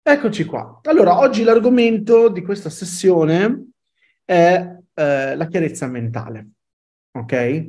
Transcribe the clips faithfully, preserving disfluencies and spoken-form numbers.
Eccoci qua. Allora, oggi l'argomento di questa sessione è eh, la chiarezza mentale, ok?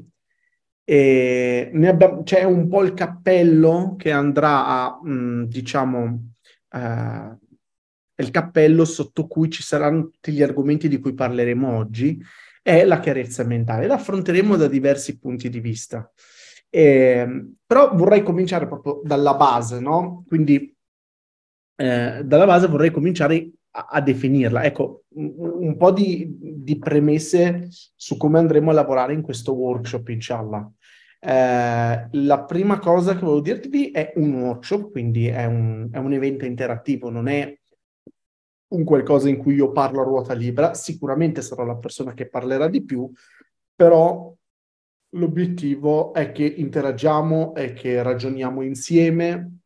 E ne abbiamo- c'è un po' il cappello che andrà a, mh, diciamo, eh, il cappello sotto cui ci saranno tutti gli argomenti di cui parleremo oggi, è la chiarezza mentale. La affronteremo da diversi punti di vista. Eh, però vorrei cominciare proprio dalla base, no? Quindi eh, dalla base vorrei cominciare a, a definirla. Ecco, un, un po' di, di premesse su come andremo a lavorare in questo workshop, inshallah. Eh, la prima cosa che volevo dirvi è un workshop, quindi è un, è un evento interattivo, non è un qualcosa in cui io parlo a ruota libera. Sicuramente sarò la persona che parlerà di più, però l'obiettivo è che interagiamo e che ragioniamo insieme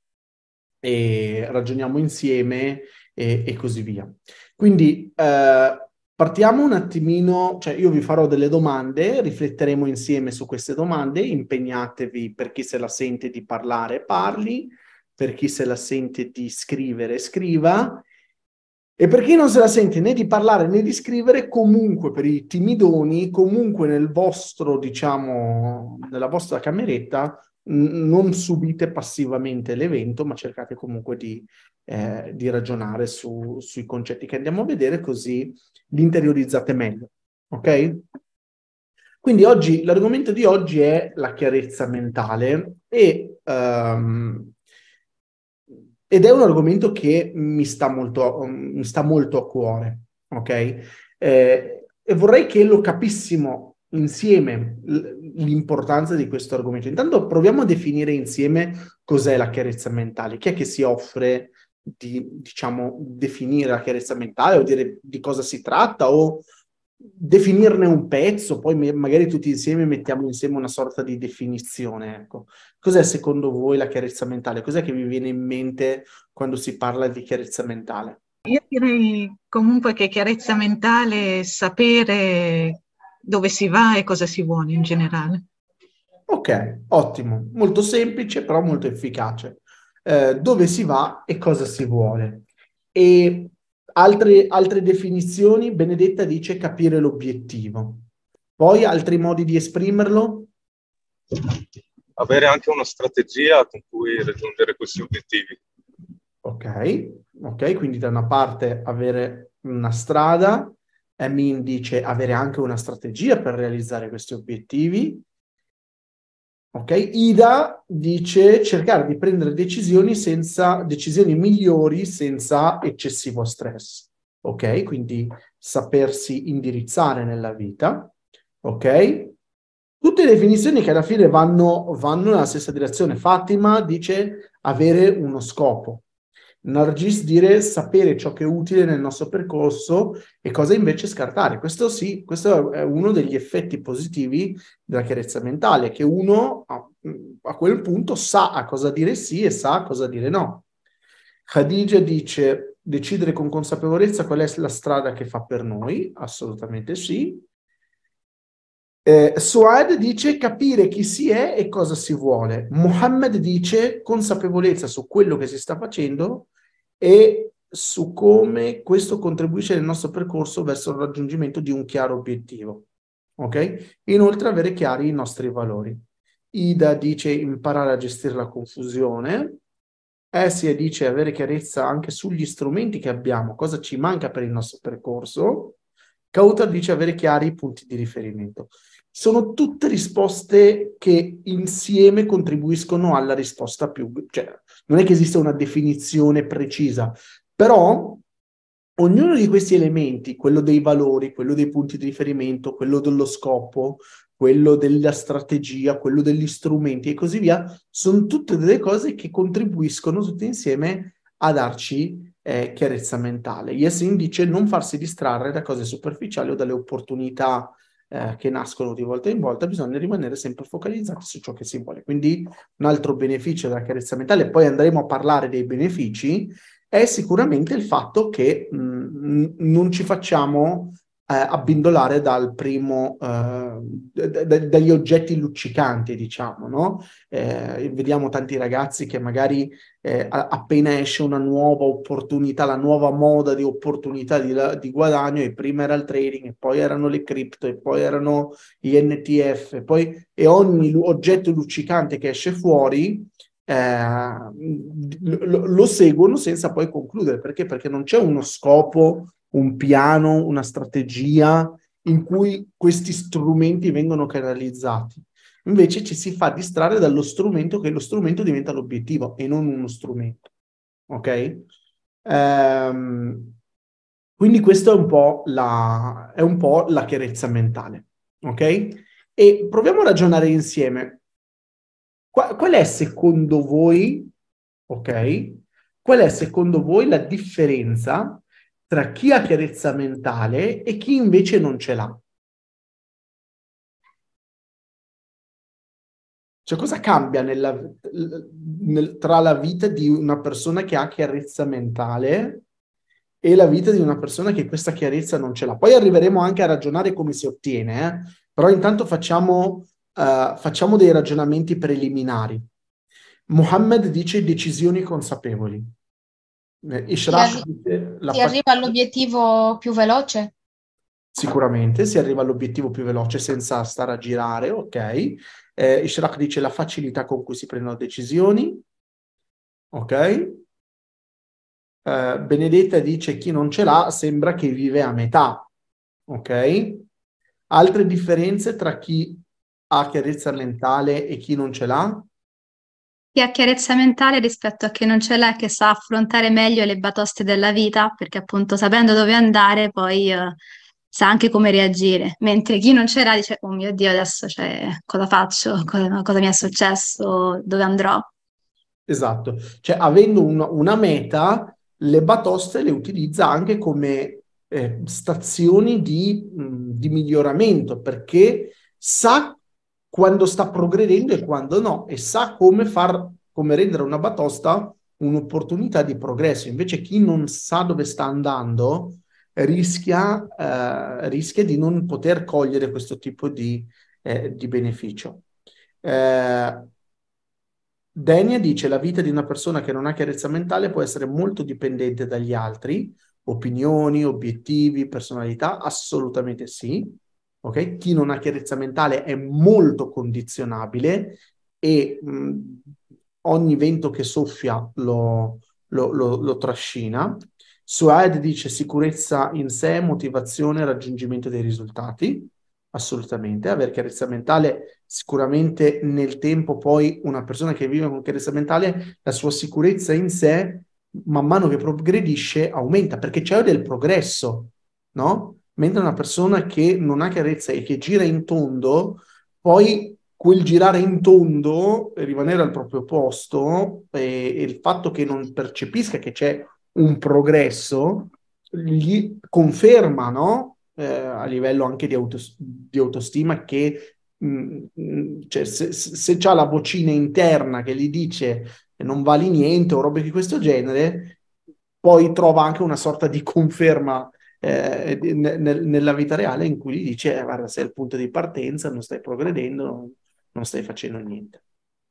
e ragioniamo insieme e, e così via. Quindi eh, partiamo un attimino, cioè io vi farò delle domande, rifletteremo insieme su queste domande, impegnatevi per chi se la sente di parlare, parli, per chi se la sente di scrivere, scriva. E per chi non se la sente né di parlare né di scrivere, comunque per i timidoni, comunque nel vostro, diciamo, nella vostra cameretta, n- non subite passivamente l'evento, ma cercate comunque di, eh, di ragionare su- sui concetti che andiamo a vedere, così li interiorizzate meglio. Ok? Quindi oggi, l'argomento di oggi è la chiarezza mentale e, ehm, ed è un argomento che mi sta molto, mi sta molto a cuore, ok? Eh, e vorrei che lo capissimo insieme l- l'importanza di questo argomento. Intanto proviamo a definire insieme cos'è la chiarezza mentale. Chi è che si offre di, diciamo, definire la chiarezza mentale o dire di cosa si tratta o definirne un pezzo, poi me- magari tutti insieme mettiamo insieme una sorta di definizione, ecco. Cos'è secondo voi la chiarezza mentale? Cos'è che vi viene in mente quando si parla di chiarezza mentale? Io direi comunque che chiarezza mentale è sapere dove si va e cosa si vuole in generale. Ok, ottimo, molto semplice, però molto efficace. Eh, dove si va e cosa si vuole? E altre, altre definizioni, Benedetta dice capire l'obiettivo. Poi altri modi di esprimerlo? Avere anche una strategia con cui raggiungere questi obiettivi. Ok, ok, quindi da una parte avere una strada, Emin dice avere anche una strategia per realizzare questi obiettivi. Ok, Ida dice cercare di prendere decisioni senza decisioni migliori senza eccessivo stress. Ok, quindi sapersi indirizzare nella vita. Ok, tutte definizioni che alla fine vanno, vanno nella stessa direzione. Fatima dice avere uno scopo. Nargis dire sapere ciò che è utile nel nostro percorso e cosa invece scartare. Questo sì, questo è uno degli effetti positivi della chiarezza mentale, che uno a, a quel punto sa a cosa dire sì e sa a cosa dire no. Khadija dice decidere con consapevolezza qual è la strada che fa per noi, assolutamente sì. Eh, Suad dice capire chi si è e cosa si vuole. Mohammed dice consapevolezza su quello che si sta facendo e su come questo contribuisce nel nostro percorso verso il raggiungimento di un chiaro obiettivo. Ok? Inoltre avere chiari i nostri valori. Ida dice imparare a gestire la confusione. Essia dice avere chiarezza anche sugli strumenti che abbiamo, cosa ci manca per il nostro percorso. Kautar dice avere chiari i punti di riferimento. Sono tutte risposte che insieme contribuiscono alla risposta più... Cioè, non è che esista una definizione precisa, però ognuno di questi elementi, quello dei valori, quello dei punti di riferimento, quello dello scopo, quello della strategia, quello degli strumenti e così via, sono tutte delle cose che contribuiscono tutte insieme a darci eh, chiarezza mentale. Yassin dice non farsi distrarre da cose superficiali o dalle opportunità eh, che nascono di volta in volta, bisogna rimanere sempre focalizzati su ciò che si vuole. Quindi un altro beneficio della chiarezza mentale, poi andremo a parlare dei benefici, è sicuramente il fatto che mh, non ci facciamo abbindolare dal primo, eh, d- d- dagli oggetti luccicanti, diciamo, no? Eh, vediamo tanti ragazzi che magari eh, a- appena esce una nuova opportunità, la nuova moda di opportunità di, la- di guadagno, e prima era il trading, e poi erano le cripto, e poi erano gli N T F, e poi e ogni lu- oggetto luccicante che esce fuori eh, lo, lo seguono senza poi concludere. Perché? Perché non c'è uno scopo, un piano, una strategia in cui questi strumenti vengono canalizzati. Invece ci si fa distrarre dallo strumento, che lo strumento diventa l'obiettivo e non uno strumento. Ok? Ehm, quindi questo è un po' la, è un po' la chiarezza mentale. Ok? E proviamo a ragionare insieme. Qual, qual è secondo voi, ok? Qual è secondo voi la differenza tra chi ha chiarezza mentale e chi invece non ce l'ha? Cioè, cosa cambia nella, nel- tra la vita di una persona che ha chiarezza mentale e la vita di una persona che questa chiarezza non ce l'ha? Poi arriveremo anche a ragionare come si ottiene, eh? Però intanto facciamo, eh, facciamo dei ragionamenti preliminari. Mohammed dice decisioni consapevoli. Eh, Si, Ishraq arri- dice la si fa- arriva all'obiettivo più veloce? Sicuramente si arriva all'obiettivo più veloce senza stare a girare, ok? Eh, Ishraq dice la facilità con cui si prendono decisioni, ok? Eh, Benedetta dice chi non ce l'ha sembra che vive a metà, ok? Altre differenze tra chi ha chiarezza mentale e chi non ce l'ha? Chi ha chiarezza mentale rispetto a chi non ce l'ha, che sa affrontare meglio le batoste della vita, perché appunto sapendo dove andare, poi eh, sa anche come reagire, mentre chi non ce l'ha dice, oh mio Dio, adesso cioè, cosa faccio? Cosa, cosa mi è successo? Dove andrò? Esatto, cioè avendo un- una meta, le batoste le utilizza anche come eh, stazioni di, mh, di miglioramento, perché sa quando sta progredendo e quando no, e sa come far, come rendere una batosta un'opportunità di progresso. Invece chi non sa dove sta andando rischia, eh, rischia di non poter cogliere questo tipo di, eh, di beneficio. Eh, Denia dice la vita di una persona che non ha chiarezza mentale può essere molto dipendente dagli altri, opinioni, obiettivi, personalità, assolutamente sì. Ok? Chi non ha chiarezza mentale è molto condizionabile e mh, ogni vento che soffia lo, lo, lo, lo trascina. Suaed dice sicurezza in sé, motivazione, raggiungimento dei risultati. Assolutamente, avere chiarezza mentale sicuramente nel tempo, poi una persona che vive con chiarezza mentale, la sua sicurezza in sé, man mano che progredisce, aumenta, perché c'è del progresso, no? Mentre una persona che non ha chiarezza e che gira in tondo, poi quel girare in tondo, rimanere al proprio posto e, e il fatto che non percepisca che c'è un progresso, gli conferma, no? Eh, a livello anche di, autos- di autostima che mh, mh, cioè, se, se c'ha la vocina interna che gli dice che non vali niente o robe di questo genere, poi trova anche una sorta di conferma eh, nel- nella vita reale in cui gli dice eh, guarda, sei al punto di partenza, non stai progredendo, non, non stai facendo niente.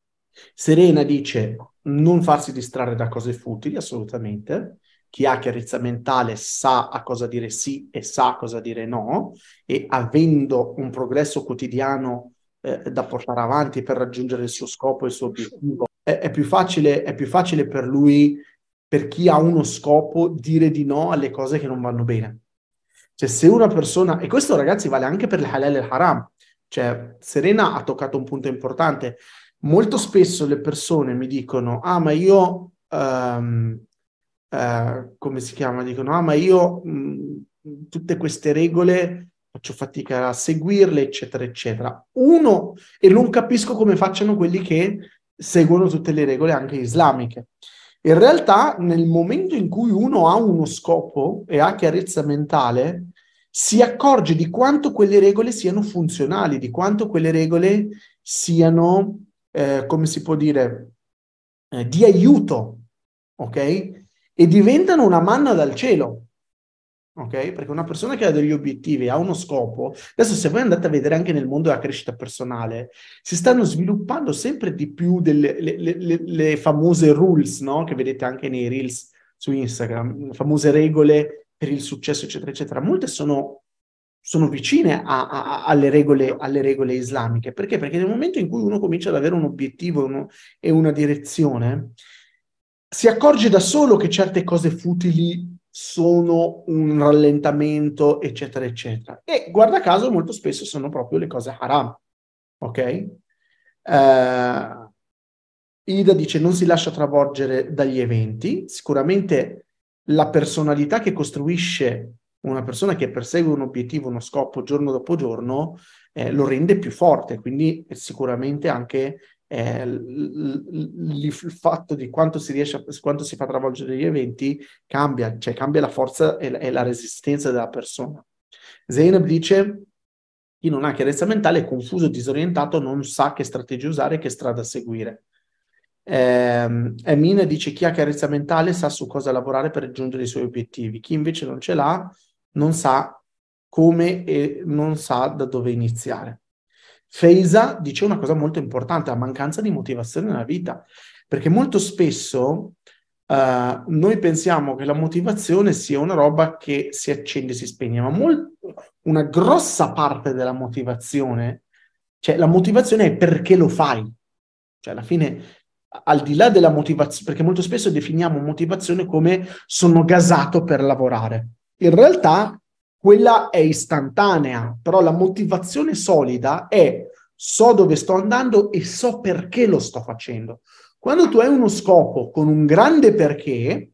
Serena dice non farsi distrarre da cose futili, assolutamente. Chi ha chiarezza mentale sa a cosa dire sì e sa a cosa dire no, e avendo un progresso quotidiano eh, da portare avanti per raggiungere il suo scopo e il suo obiettivo, è, è più facile, è più facile per lui, per chi ha uno scopo, dire di no alle cose che non vanno bene. Cioè, se una persona, e questo ragazzi vale anche per il halal e il haram, cioè Serena ha toccato un punto importante. Molto spesso le persone mi dicono, ah, ma io, ehm, eh, come si chiama? Dicono, ah, ma io mh, tutte queste regole faccio fatica a seguirle, eccetera, eccetera. Uno, e non capisco come facciano quelli che seguono tutte le regole anche islamiche. In realtà, nel momento in cui uno ha uno scopo e ha chiarezza mentale, si accorge di quanto quelle regole siano funzionali, di quanto quelle regole siano, eh, come si può dire, eh, di aiuto, ok? E diventano una manna dal cielo, ok? Perché una persona che ha degli obiettivi, ha uno scopo, adesso se voi andate a vedere anche nel mondo della crescita personale, si stanno sviluppando sempre di più delle le, le, le, le famose rules, no? Che vedete anche nei reels su Instagram, le famose regole per il successo, eccetera, eccetera. Molte sono, sono vicine a, a, alle, regole, alle regole islamiche. Perché? Perché nel momento in cui uno comincia ad avere un obiettivo uno, e una direzione, si accorge da solo che certe cose futili sono un rallentamento, eccetera, eccetera. E guarda caso, molto spesso sono proprio le cose haram, ok? Uh, Ida dice non si lascia travolgere dagli eventi. Sicuramente la personalità che costruisce una persona che persegue un obiettivo, uno scopo giorno dopo giorno, eh, lo rende più forte, quindi sicuramente anche Eh, il fatto di quanto si riesce a, quanto si fa travolgere gli eventi cambia, cioè cambia la forza e la, e la resistenza della persona. Zeynep dice chi non ha chiarezza mentale è confuso e disorientato, non sa che strategia usare, che strada seguire. Eh, Emina dice chi ha chiarezza mentale sa su cosa lavorare per raggiungere i suoi obiettivi, chi invece non ce l'ha non sa come e non sa da dove iniziare. Feisa dice una cosa molto importante, la mancanza di motivazione nella vita, perché molto spesso uh, noi pensiamo che la motivazione sia una roba che si accende e si spegne, ma molt- una grossa parte della motivazione, cioè la motivazione è perché lo fai, cioè alla fine al di là della motivazione, perché molto spesso definiamo motivazione come sono gasato per lavorare, in realtà quella è istantanea, però la motivazione solida è so dove sto andando e so perché lo sto facendo. Quando tu hai uno scopo con un grande perché,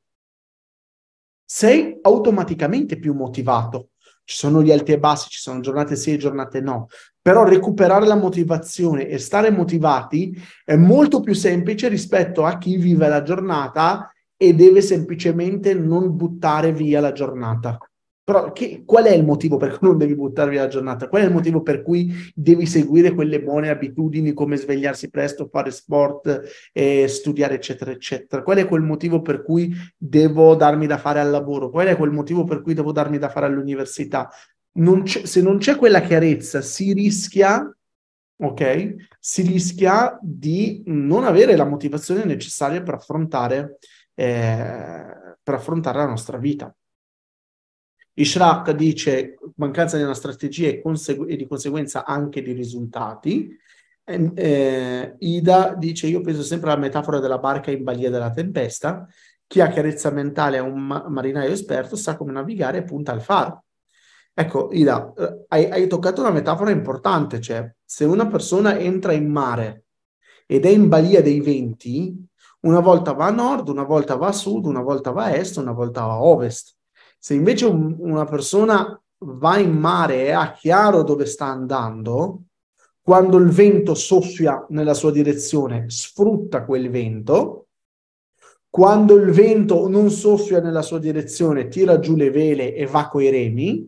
sei automaticamente più motivato. Ci sono gli alti e bassi, ci sono giornate sì e giornate no, però recuperare la motivazione e stare motivati è molto più semplice rispetto a chi vive la giornata e deve semplicemente non buttare via la giornata. Però che, qual è il motivo per cui non devi buttare via la giornata? Qual è il motivo per cui devi seguire quelle buone abitudini come svegliarsi presto, fare sport, eh, studiare, eccetera, eccetera? Qual è quel motivo per cui devo darmi da fare al lavoro? Qual è quel motivo per cui devo darmi da fare all'università? Non c'è, se non c'è quella chiarezza, si rischia, ok? Si rischia di non avere la motivazione necessaria per affrontare, eh, per affrontare la nostra vita. Ishraq dice mancanza di una strategia e, consegu- e di conseguenza anche di risultati. Eh, eh, Ida dice io penso sempre alla metafora della barca in balia della tempesta. Chi ha chiarezza mentale è un ma- marinaio esperto, sa come navigare e punta al faro. Ecco, Ida, eh, hai, hai toccato una metafora importante, cioè se una persona entra in mare ed è in balia dei venti, una volta va a nord, una volta va a sud, una volta va a est, una volta va a ovest. Se invece un, una persona va in mare e ha chiaro dove sta andando, quando il vento soffia nella sua direzione, sfrutta quel vento. Quando il vento non soffia nella sua direzione, tira giù le vele e va coi remi.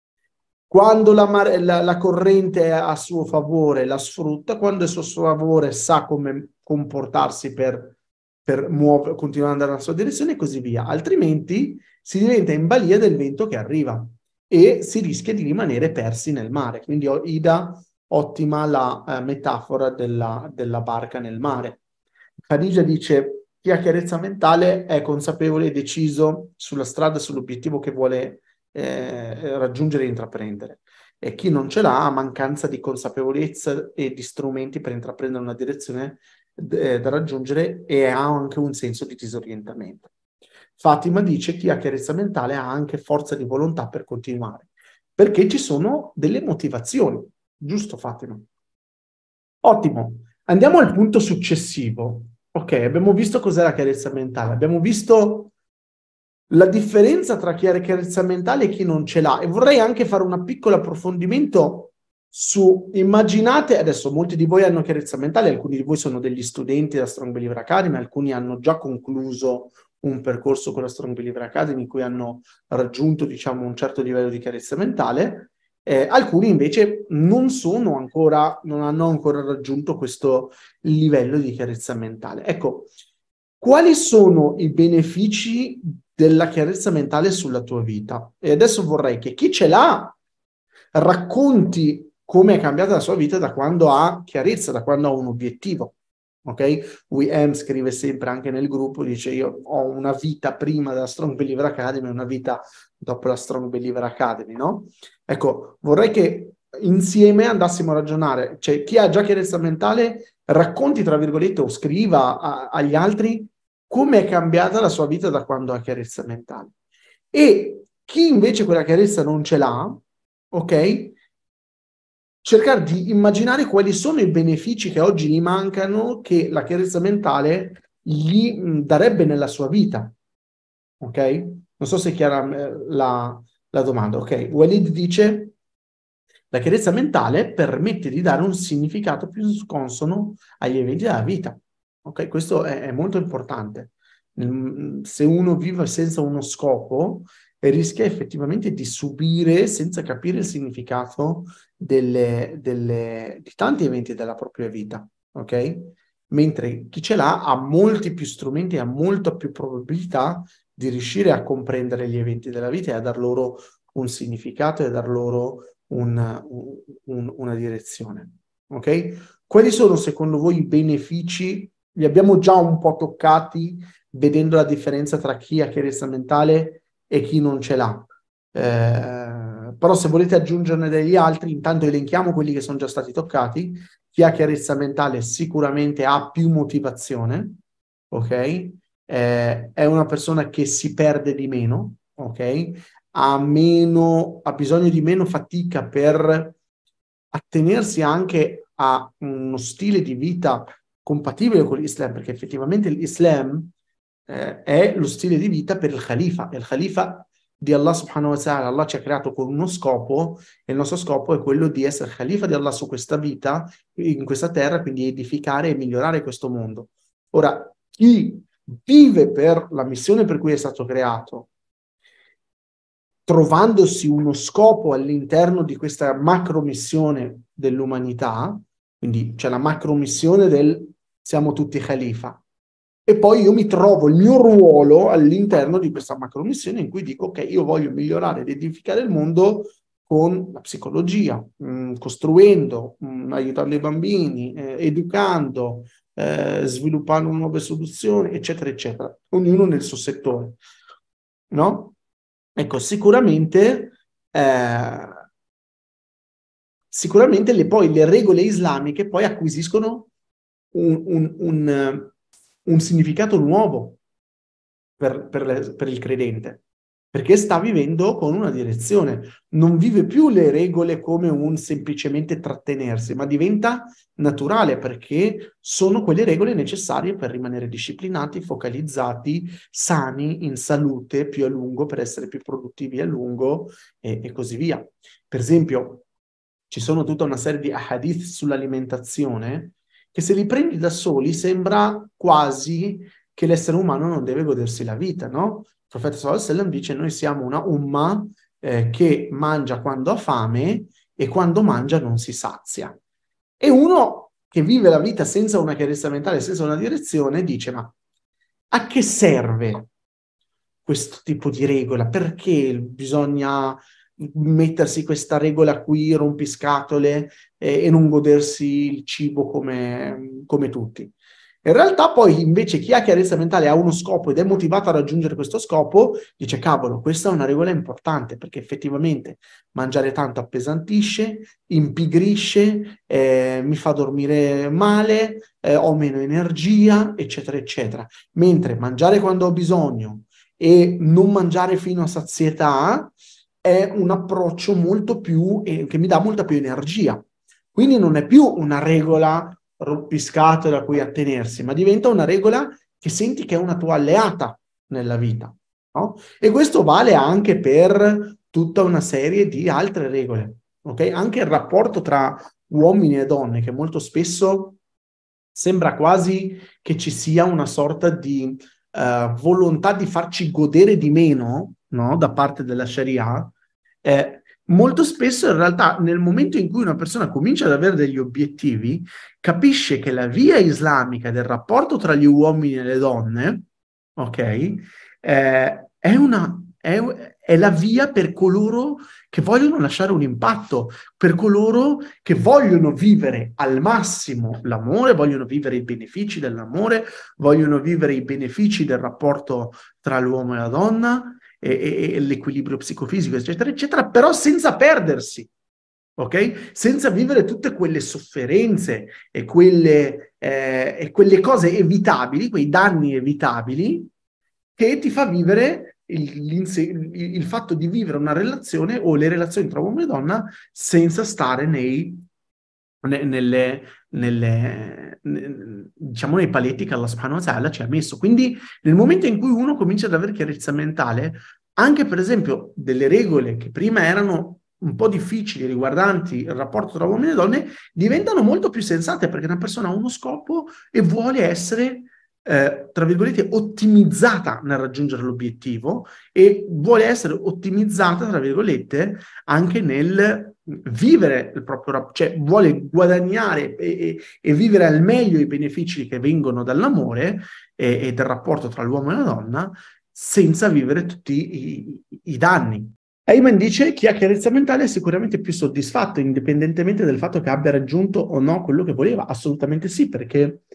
Quando la, mare, la, la corrente è a suo favore, la sfrutta. Quando è a suo favore, sa come comportarsi per, per muovere, continuare ad andare nella sua direzione e così via. Altrimenti si diventa in balia del vento che arriva e si rischia di rimanere persi nel mare. Quindi Ida, ottima la eh, metafora della, della barca nel mare. Khadija dice chi ha chiarezza mentale è consapevole e deciso sulla strada, sull'obiettivo che vuole eh, raggiungere e intraprendere. E chi non ce l'ha ha mancanza di consapevolezza e di strumenti per intraprendere una direzione eh, da raggiungere e ha anche un senso di disorientamento. Fatima dice chi ha chiarezza mentale ha anche forza di volontà per continuare, perché ci sono delle motivazioni. Giusto, Fatima? Ottimo. Andiamo al punto successivo. Ok, abbiamo visto cos'è la chiarezza mentale, abbiamo visto la differenza tra chi ha chiarezza mentale e chi non ce l'ha, e vorrei anche fare un piccolo approfondimento su, immaginate, adesso molti di voi hanno chiarezza mentale, alcuni di voi sono degli studenti della Strong Believer Academy, alcuni hanno già concluso un percorso con la Strong Believer Academy in cui hanno raggiunto, diciamo, un certo livello di chiarezza mentale, eh, alcuni invece non sono ancora, non hanno ancora raggiunto questo livello di chiarezza mentale. Ecco, quali sono i benefici della chiarezza mentale sulla tua vita. E adesso vorrei che chi ce l'ha racconti come è cambiata la sua vita da quando ha chiarezza, da quando ha un obiettivo. Ok? W M scrive sempre anche nel gruppo, dice io ho una vita prima della Strong Believer Academy e una vita dopo la Strong Believer Academy, no? Ecco, vorrei che insieme andassimo a ragionare, cioè chi ha già chiarezza mentale racconti tra virgolette o scriva a, agli altri come è cambiata la sua vita da quando ha chiarezza mentale. E chi invece quella chiarezza non ce l'ha, ok? Cercare di immaginare quali sono i benefici che oggi gli mancano, che la chiarezza mentale gli mh, darebbe nella sua vita. Ok? Non so se è chiara eh, la, la domanda. Ok, Walid dice: la chiarezza mentale permette di dare un significato più consono agli eventi della vita. Ok, questo è, è molto importante. Se uno vive senza uno scopo, rischia effettivamente di subire senza capire il significato delle, delle, di tanti eventi della propria vita, ok? Mentre chi ce l'ha ha molti più strumenti, ha molta più probabilità di riuscire a comprendere gli eventi della vita e a dar loro un significato e a dar loro un, un, una direzione, ok? Quali sono secondo voi i benefici? Li abbiamo già un po' toccati, vedendo la differenza tra chi ha chiarezza mentale e chi non ce l'ha. Eh, però se volete aggiungerne degli altri, intanto elenchiamo quelli che sono già stati toccati. Chi ha chiarezza mentale sicuramente ha più motivazione, ok? Eh, è una persona che si perde di meno, ok? Ha meno, ha bisogno di meno fatica per attenersi anche a uno stile di vita compatibile con l'Islam, perché effettivamente l'Islam eh, è lo stile di vita per il Khalifa. Il Khalifa di Allah subhanahu wa ta'ala, Allah ci ha creato con uno scopo, e il nostro scopo è quello di essere Khalifa di Allah su questa vita, in questa terra, quindi edificare e migliorare questo mondo. Ora, chi vive per la missione per cui è stato creato, trovandosi uno scopo all'interno di questa macro missione dell'umanità, quindi c'è la macro missione del siamo tutti Khalifa, e poi io mi trovo il mio ruolo all'interno di questa macro missione in cui dico ok, io voglio migliorare ed edificare il mondo con la psicologia, mh, costruendo, mh, aiutando i bambini, eh, educando, eh, sviluppando nuove soluzioni, eccetera, eccetera, ognuno nel suo settore, no? Ecco, sicuramente, eh, sicuramente le, poi le regole islamiche poi acquisiscono un, un, un, un significato nuovo per, per, le, per il credente, perché sta vivendo con una direzione, non vive più le regole come un semplicemente trattenersi, ma diventa naturale, perché sono quelle regole necessarie per rimanere disciplinati, focalizzati, sani, in salute più a lungo, per essere più produttivi a lungo e, e così via. Per esempio, ci sono tutta una serie di hadith sull'alimentazione che se li prendi da soli sembra quasi che l'essere umano non deve godersi la vita, no? Il profeta sallallahu alaihi wasallam dice: noi siamo una umma eh, che mangia quando ha fame e quando mangia non si sazia. E uno che vive la vita senza una chiarezza mentale, senza una direzione, dice: ma a che serve questo tipo di regola? Perché bisogna mettersi questa regola qui, rompiscatole, eh, e non godersi il cibo come, come tutti? In realtà poi invece chi ha chiarezza mentale ha uno scopo ed è motivato a raggiungere questo scopo, dice: cavolo, questa è una regola importante, perché effettivamente mangiare tanto appesantisce, impigrisce, eh, mi fa dormire male, eh, ho meno energia, eccetera, eccetera. Mentre mangiare quando ho bisogno e non mangiare fino a sazietà è un approccio molto più, eh, che mi dà molta più energia. Quindi non è più una regola rompiscato da cui attenersi, ma diventa una regola che senti che è una tua alleata nella vita, no? E questo vale anche per tutta una serie di altre regole, ok? Anche il rapporto tra uomini e donne, che molto spesso sembra quasi che ci sia una sorta di uh, volontà di farci godere di meno, no? Da parte della Sharia. Eh, molto spesso in realtà nel momento in cui una persona comincia ad avere degli obiettivi, capisce che la via islamica del rapporto tra gli uomini e le donne, ok, eh, è, una, è, è la via per coloro che vogliono lasciare un impatto, per coloro che vogliono vivere al massimo l'amore, vogliono vivere i benefici dell'amore, vogliono vivere i benefici del rapporto tra l'uomo e la donna, e, e, e l'equilibrio psicofisico, eccetera, eccetera, però senza perdersi. Ok? Senza vivere tutte quelle sofferenze e quelle, eh, e quelle cose evitabili, quei danni evitabili che ti fa vivere il, il, il fatto di vivere una relazione o le relazioni tra uomo e donna senza stare nei, ne, nelle, nelle, ne, diciamo nei paletti che Allah subhanahu wa ta'ala ci ha messo. Quindi nel momento in cui uno comincia ad avere chiarezza mentale, anche per esempio delle regole che prima erano un po' difficili riguardanti il rapporto tra uomini e donne, diventano molto più sensate, perché una persona ha uno scopo e vuole essere, eh, tra virgolette, ottimizzata nel raggiungere l'obiettivo, e vuole essere ottimizzata, tra virgolette, anche nel vivere il proprio rapporto, cioè vuole guadagnare e, e, e vivere al meglio i benefici che vengono dall'amore e, e del rapporto tra l'uomo e la donna, senza vivere tutti i, i danni. Ayman dice: chi ha chiarezza mentale è sicuramente più soddisfatto, indipendentemente dal fatto che abbia raggiunto o no quello che voleva. Assolutamente sì, perché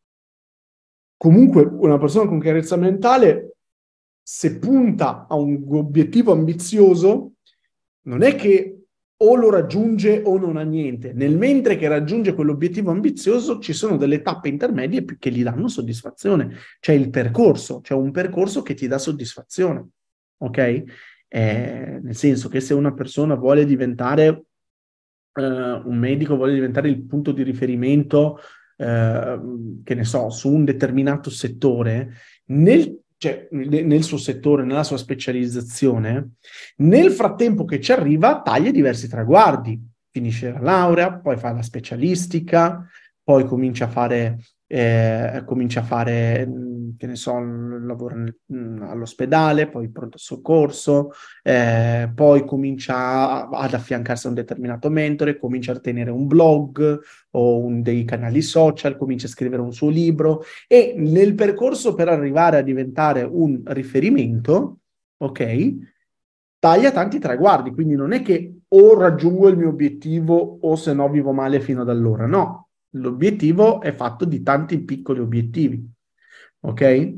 comunque una persona con chiarezza mentale, se punta a un obiettivo ambizioso, non è che o lo raggiunge o non ha niente. Nel mentre che raggiunge quell'obiettivo ambizioso, ci sono delle tappe intermedie che gli danno soddisfazione. C'è il percorso, c'è un percorso che ti dà soddisfazione, ok? Eh, nel senso che se una persona vuole diventare eh, un medico, vuole diventare il punto di riferimento, eh, che ne so, su un determinato settore, nel, cioè, nel suo settore, nella sua specializzazione, nel frattempo che ci arriva taglia diversi traguardi, finisce la laurea, poi fa la specialistica, poi comincia a fare Eh, comincia a fare, che ne so, lavora nel, all'ospedale, poi pronto soccorso, eh, poi comincia a, ad affiancarsi a un determinato mentore, comincia a tenere un blog o un, dei canali social, comincia a scrivere un suo libro, e nel percorso per arrivare a diventare un riferimento, ok, taglia tanti traguardi, quindi non è che o raggiungo il mio obiettivo o se no vivo male fino ad allora, no. L'obiettivo è fatto di tanti piccoli obiettivi, ok?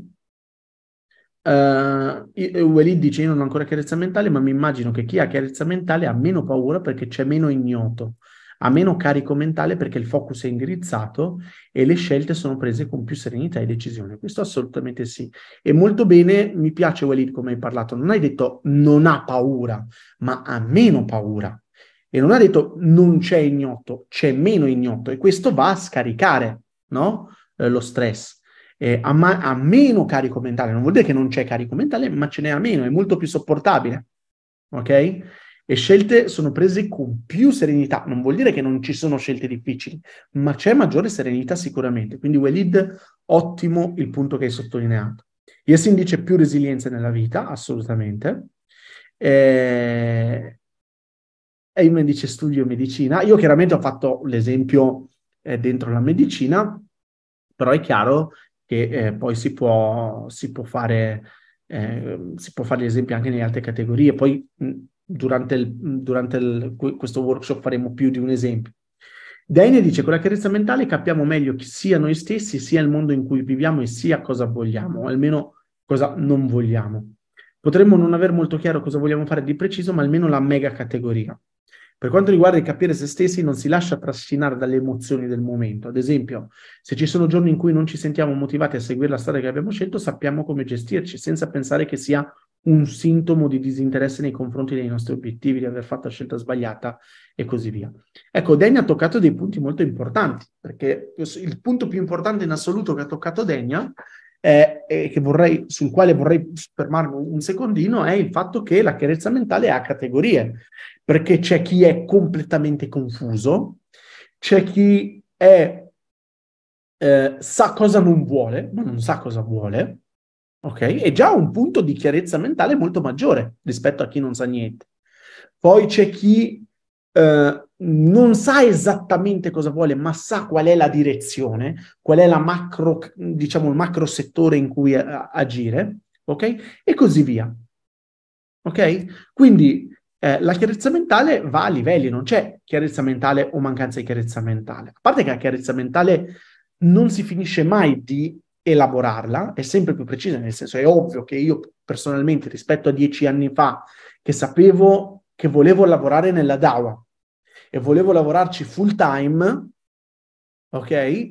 Uh, Walid dice: io non ho ancora chiarezza mentale, ma mi immagino che chi ha chiarezza mentale ha meno paura perché c'è meno ignoto, ha meno carico mentale perché il focus è indirizzato e le scelte sono prese con più serenità e decisione. Questo assolutamente sì. E molto bene, mi piace Walid come hai parlato, non hai detto non ha paura, ma ha meno paura. E non ha detto non c'è ignoto, c'è meno ignoto, e questo va a scaricare, no? Eh, lo stress. Eh, ha, ma- ha meno carico mentale, non vuol dire che non c'è carico mentale, ma ce n'è a meno, è molto più sopportabile, ok? E scelte sono prese con più serenità, non vuol dire che non ci sono scelte difficili, ma c'è maggiore serenità sicuramente. Quindi Walid, ottimo il punto che hai sottolineato. Yasin dice più resilienza nella vita, assolutamente. Eh... Ayman dice studio medicina. Io chiaramente ho fatto l'esempio eh, dentro la medicina, però è chiaro che eh, poi si può, si può fare eh, si può fare gli esempi anche nelle altre categorie. Poi mh, durante, il, durante il, questo workshop faremo più di un esempio. Daniel dice: con la chiarezza mentale capiamo meglio sia noi stessi, sia il mondo in cui viviamo e sia cosa vogliamo, o almeno cosa non vogliamo. Potremmo non aver molto chiaro cosa vogliamo fare di preciso, ma almeno la mega categoria. Per quanto riguarda il capire se stessi, non si lascia trascinare dalle emozioni del momento. Ad esempio, se ci sono giorni in cui non ci sentiamo motivati a seguire la strada che abbiamo scelto, sappiamo come gestirci, senza pensare che sia un sintomo di disinteresse nei confronti dei nostri obiettivi, di aver fatto la scelta sbagliata e così via. Ecco, Denia ha toccato dei punti molto importanti, perché il punto più importante in assoluto che ha toccato Denia, eh, e che vorrei, sul quale vorrei fermarmi un secondino, è il fatto che la chiarezza mentale ha categorie. Perché c'è chi è completamente confuso, c'è chi è, eh, sa cosa non vuole, ma non sa cosa vuole, ok? È già un punto di chiarezza mentale molto maggiore rispetto a chi non sa niente. Poi c'è chi eh, non sa esattamente cosa vuole, ma sa qual è la direzione, qual è la macro, diciamo, il macro settore in cui a- agire, ok? E così via. ok? Quindi eh, la chiarezza mentale va a livelli, non c'è chiarezza mentale o mancanza di chiarezza mentale. A parte che la chiarezza mentale non si finisce mai di elaborarla, è sempre più precisa, nel senso è ovvio che io personalmente rispetto a dieci anni fa, che sapevo che volevo lavorare nella Dawa e volevo lavorarci full time, ok?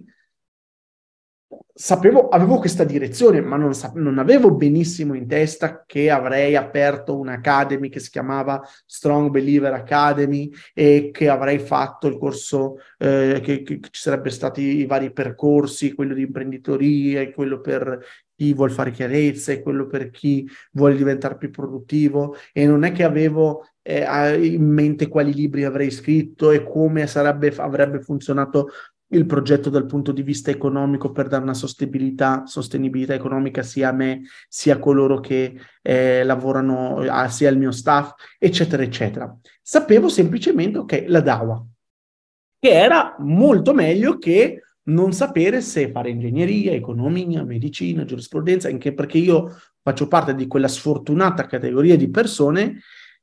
Sapevo, avevo questa direzione, ma non, non avevo benissimo in testa che avrei aperto un'academy che si chiamava Strong Believer Academy e che avrei fatto il corso, eh, che, che ci sarebbero stati i vari percorsi, quello di imprenditoria e quello per chi vuole fare chiarezza e quello per chi vuole diventare più produttivo, e non è che avevo eh, in mente quali libri avrei scritto e come sarebbe, avrebbe funzionato il progetto dal punto di vista economico per dare una sostenibilità, sostenibilità economica sia a me, sia a coloro che eh, lavorano, a, sia al mio staff, eccetera, eccetera. Sapevo semplicemente che la Dawa, che era molto meglio che non sapere se fare ingegneria, economia, medicina, giurisprudenza, anche perché io faccio parte di quella sfortunata categoria di persone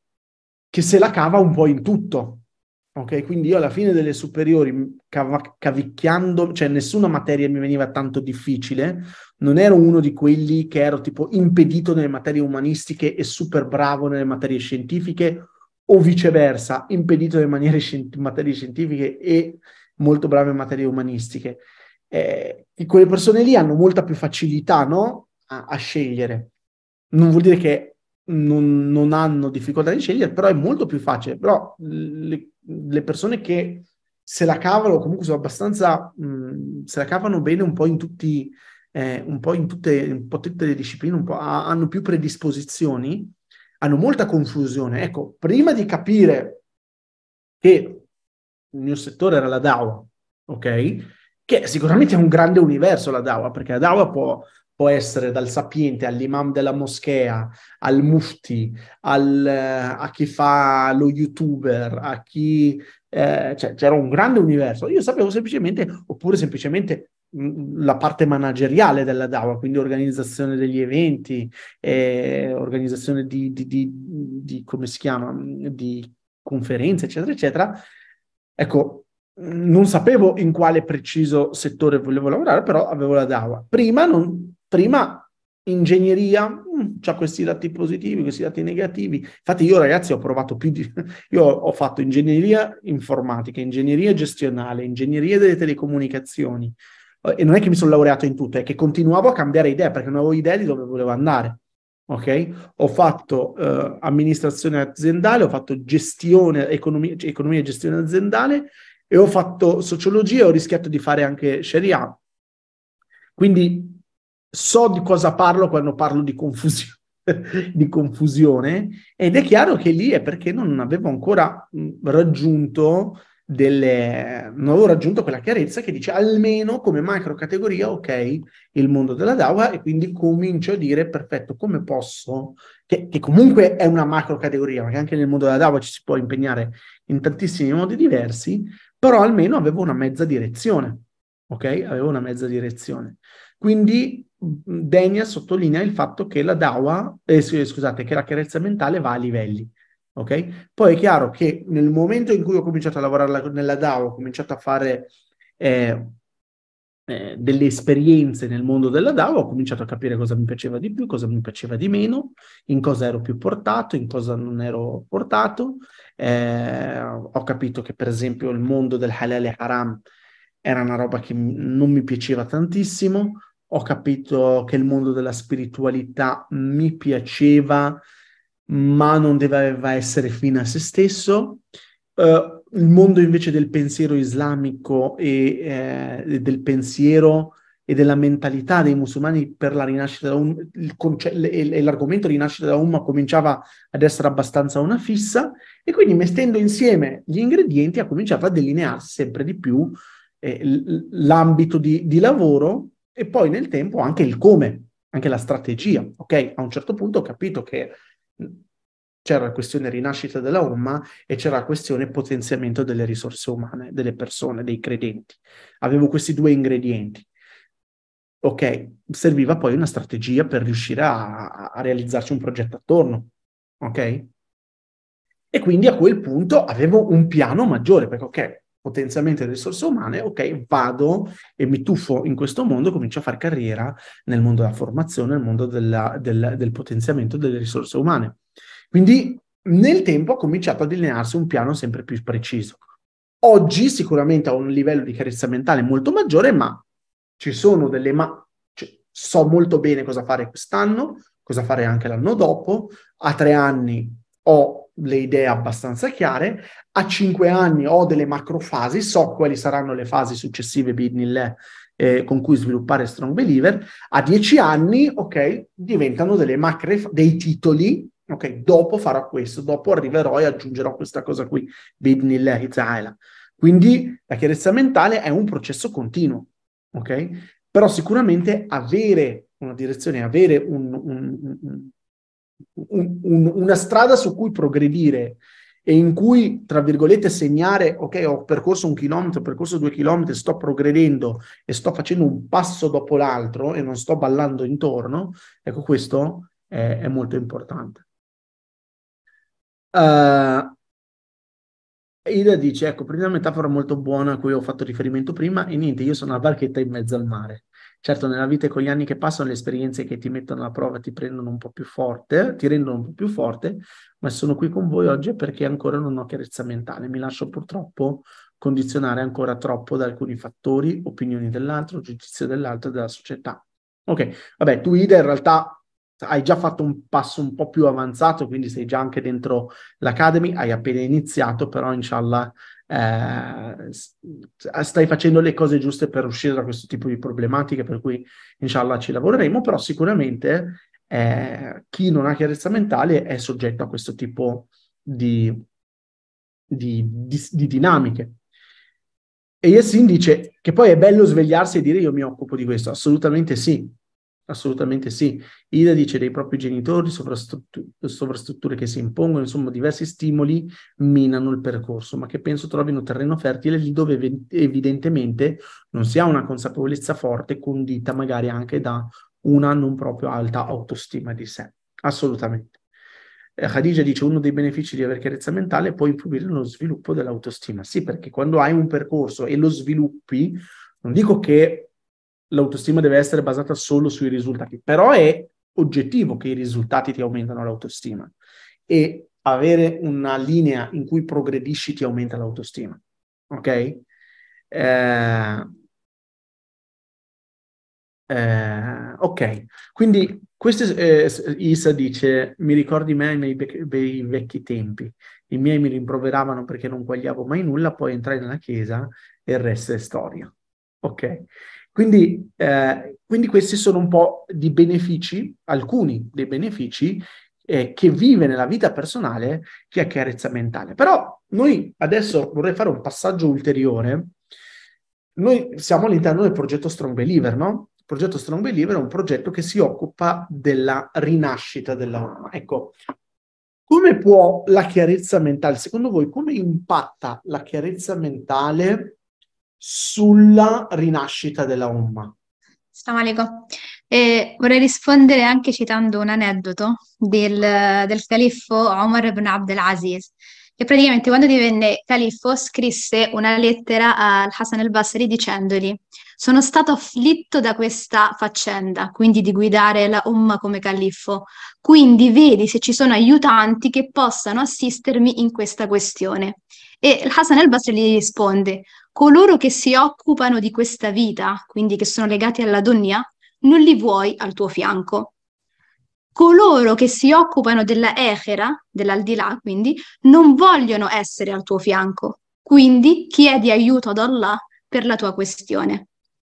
che se la cava un po' in tutto. Ok, quindi io alla fine delle superiori, cav- cavicchiando, cioè nessuna materia mi veniva tanto difficile, non ero uno di quelli che ero tipo impedito nelle materie umanistiche e super bravo nelle materie scientifiche, o viceversa, impedito nelle maniere scient- materie scientifiche e molto bravo in materie umanistiche. Eh, e quelle persone lì hanno molta più facilità, no? a, a scegliere. Non vuol dire che non, non hanno difficoltà di scegliere, però è molto più facile. Però le, le persone che se la cavano, comunque sono abbastanza, mh, se la cavano bene un po' in tutti, eh, un po' in tutte, un po' tutte le discipline, un po' ha, hanno più predisposizioni, hanno molta confusione. Ecco, prima di capire che il mio settore era la Dawa, ok? Che sicuramente è un grande universo la Dawa, perché la Dawa può può essere dal sapiente all'imam della moschea, al mufti, al, a chi fa lo youtuber, a chi... Eh, cioè, c'era un grande universo. Io sapevo semplicemente, oppure semplicemente mh, la parte manageriale della Dawa, quindi organizzazione degli eventi, eh, organizzazione di, di, di, di, come si chiama, di conferenze, eccetera, eccetera. Ecco, non sapevo in quale preciso settore volevo lavorare, però avevo la Dawa. Prima, non, prima ingegneria, mh, c'ha questi lati positivi, questi lati negativi. Infatti io ragazzi ho provato più di... Io ho fatto ingegneria informatica, ingegneria gestionale, ingegneria delle telecomunicazioni. E non è che mi sono laureato in tutto, è che continuavo a cambiare idea perché non avevo idea di dove volevo andare. Ok? Ho fatto eh, amministrazione aziendale, ho fatto gestione, economia, economia e gestione aziendale, e ho fatto sociologia e ho rischiato di fare anche Sharia. Quindi so di cosa parlo quando parlo di confusione, di confusione, ed è chiaro che lì è perché non avevo ancora mh, raggiunto delle, non avevo raggiunto quella chiarezza che dice almeno come macro categoria, ok, il mondo della Dawa, e quindi comincio a dire perfetto, come posso, che, che comunque è una macro categoria, perché anche nel mondo della Dawa ci si può impegnare in tantissimi modi diversi, però almeno avevo una mezza direzione, ok? Avevo una mezza direzione. Quindi Daniel sottolinea il fatto che la Dawa, eh, scusate, che la chiarezza mentale va a livelli, ok? Poi è chiaro che nel momento in cui ho cominciato a lavorare nella Dawa, ho cominciato a fare eh, eh, delle esperienze nel mondo della Dawa, ho cominciato a capire cosa mi piaceva di più, cosa mi piaceva di meno, in cosa ero più portato, in cosa non ero portato. Eh, ho capito che per esempio il mondo del halal e haram era una roba che non mi piaceva tantissimo. Ho capito che il mondo della spiritualità mi piaceva, ma non doveva essere fine a se stesso. Uh, il mondo invece del pensiero islamico e eh, del pensiero e della mentalità dei musulmani per la rinascita della Umma, il conce- e l'argomento rinascita della Umma cominciava ad essere abbastanza una fissa, e quindi mettendo insieme gli ingredienti ha cominciato a delinearsi sempre di più eh, l'ambito di, di lavoro, e poi nel tempo anche il come, anche la strategia. Ok, a un certo punto ho capito che c'era la questione rinascita della Umma e c'era la questione potenziamento delle risorse umane, delle persone, dei credenti. Avevo questi due ingredienti. Ok, serviva poi una strategia per riuscire a, a realizzarci un progetto attorno. ok? E quindi a quel punto avevo un piano maggiore, perché ok, potenziamento delle risorse umane, ok, vado e mi tuffo in questo mondo, comincio a fare carriera nel mondo della formazione, nel mondo della, del, del potenziamento delle risorse umane. Quindi nel tempo ha cominciato a delinearsi un piano sempre più preciso. Oggi sicuramente ho un livello di chiarezza mentale molto maggiore, ma ci sono delle... Ma- cioè, so molto bene cosa fare quest'anno, cosa fare anche l'anno dopo. A tre anni ho le idee abbastanza chiare, a cinque anni ho delle macrofasi, so quali saranno le fasi successive Bidnillah, eh, con cui sviluppare Strong Believer. A dieci anni, ok, diventano delle macro, dei titoli, ok, dopo farò questo, dopo arriverò e aggiungerò questa cosa qui, Bidnillah ta'ala. Quindi la chiarezza mentale è un processo continuo, ok? Però sicuramente avere una direzione, avere un, un, un, un, un, una strada su cui progredire e in cui, tra virgolette, segnare, ok, ho percorso un chilometro, ho percorso due chilometri, sto progredendo e sto facendo un passo dopo l'altro e non sto ballando intorno, ecco, questo è, è molto importante. Uh, Ida dice, ecco, prendi una metafora molto buona a cui ho fatto riferimento prima e niente, io sono una barchetta in mezzo al mare. Certo, nella vita e con gli anni che passano, le esperienze che ti mettono alla prova ti prendono un po' più forte, ti rendono un po' più forte, ma sono qui con voi oggi perché ancora non ho chiarezza mentale. Mi lascio purtroppo condizionare ancora troppo da alcuni fattori, opinioni dell'altro, giudizio dell'altro e della società. Ok, vabbè, tu Ida in realtà hai già fatto un passo un po' più avanzato, quindi sei già anche dentro l'Academy, hai appena iniziato, però inshallah eh, stai facendo le cose giuste per uscire da questo tipo di problematiche, per cui inshallah ci lavoreremo, però sicuramente eh, chi non ha chiarezza mentale è soggetto a questo tipo di, di, di, di dinamiche. E Yassin dice che poi è bello svegliarsi e dire io mi occupo di questo, assolutamente sì. Assolutamente sì. Ida dice dei propri genitori, sovrastrutture, sovrastrutture che si impongono, insomma diversi stimoli minano il percorso, ma che penso trovino terreno fertile lì dove evidentemente non si ha una consapevolezza forte, condita magari anche da una non proprio alta autostima di sé. Assolutamente. Eh, Khadija dice uno dei benefici di avere chiarezza mentale può influire nello sviluppo dell'autostima. Sì, perché quando hai un percorso e lo sviluppi, non dico che l'autostima deve essere basata solo sui risultati, però è oggettivo che i risultati ti aumentano l'autostima e avere una linea in cui progredisci ti aumenta l'autostima, ok? Eh, eh, ok, quindi questo eh, Isa dice, mi ricordi me nei, bei vecchi tempi, i miei mi rimproveravano perché non quagliavo mai nulla, poi entrai nella chiesa e il resto è storia, ok? Quindi, eh, quindi questi sono un po' di benefici, alcuni dei benefici eh, che vive nella vita personale chi ha chiarezza mentale. Però noi adesso vorrei fare un passaggio ulteriore. Noi siamo all'interno del progetto Strong Believer, no? Il progetto Strong Believer è un progetto che si occupa della rinascita della umma. Ecco, come può la chiarezza mentale, secondo voi, come impatta la chiarezza mentale sulla rinascita della Umma? Assalamu eh, vorrei rispondere anche citando un aneddoto del, del califfo Omar ibn Abdelaziz, che praticamente quando divenne califfo scrisse una lettera al Hasan al-Basri dicendogli: sono stato afflitto da questa faccenda, quindi di guidare la Umma come califfo, quindi vedi se ci sono aiutanti che possano assistermi in questa questione. E il Hasan al-Basri gli risponde: coloro che si occupano di questa vita, quindi che sono legati alla dunya, non li vuoi al tuo fianco. Coloro che si occupano della akhira, dell'aldilà, quindi, non vogliono essere al tuo fianco. Quindi chiedi aiuto ad Allah per la tua questione.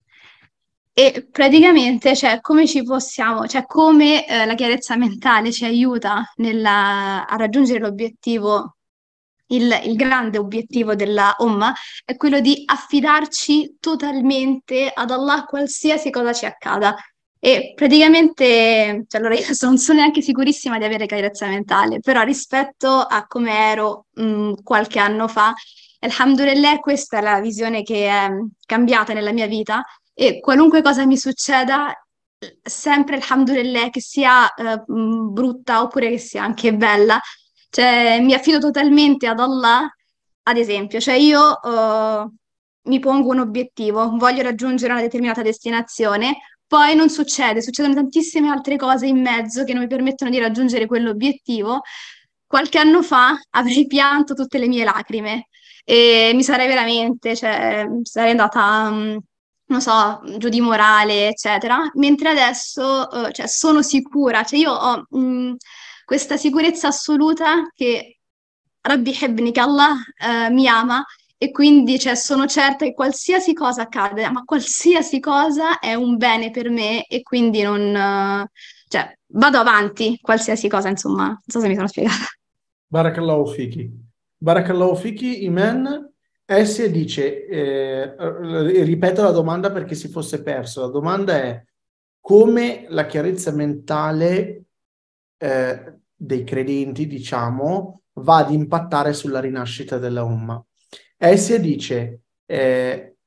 E praticamente, cioè, come ci possiamo, cioè, come eh, la chiarezza mentale ci aiuta nella, a raggiungere l'obiettivo, il, il grande obiettivo della Ummah, è quello di affidarci totalmente ad Allah qualsiasi cosa ci accada. E praticamente, cioè, allora io non sono neanche sicurissima di avere chiarezza mentale, però rispetto a come ero mh, qualche anno fa, alhamdulillah, questa è la visione che è cambiata nella mia vita. E qualunque cosa mi succeda, sempre alhamdulillah, che sia eh, mh, brutta oppure che sia anche bella, cioè mi affido totalmente ad Allah, ad esempio, cioè io eh, mi pongo un obiettivo, voglio raggiungere una determinata destinazione, poi non succede, succedono tantissime altre cose in mezzo che non mi permettono di raggiungere quell'obiettivo. Qualche anno fa avrei pianto tutte le mie lacrime e mi sarei veramente, cioè, sarei andata, mh, non so, giù di morale, eccetera. Mentre adesso, eh, cioè, sono sicura, cioè io ho mh, questa sicurezza assoluta che Rabbi Hebni, che Allah eh, mi ama e quindi cioè, sono certa che qualsiasi cosa accade, ma qualsiasi cosa è un bene per me e quindi non, eh, cioè, vado avanti, qualsiasi cosa, insomma, non so se mi sono spiegata. Barakallahu fiki. Barakallahu fiki, Iman. Essie dice, eh, ripeto la domanda perché si fosse perso, la domanda è come la chiarezza mentale eh, dei credenti, diciamo, va ad impattare sulla rinascita della Umma. Essie dice, eh,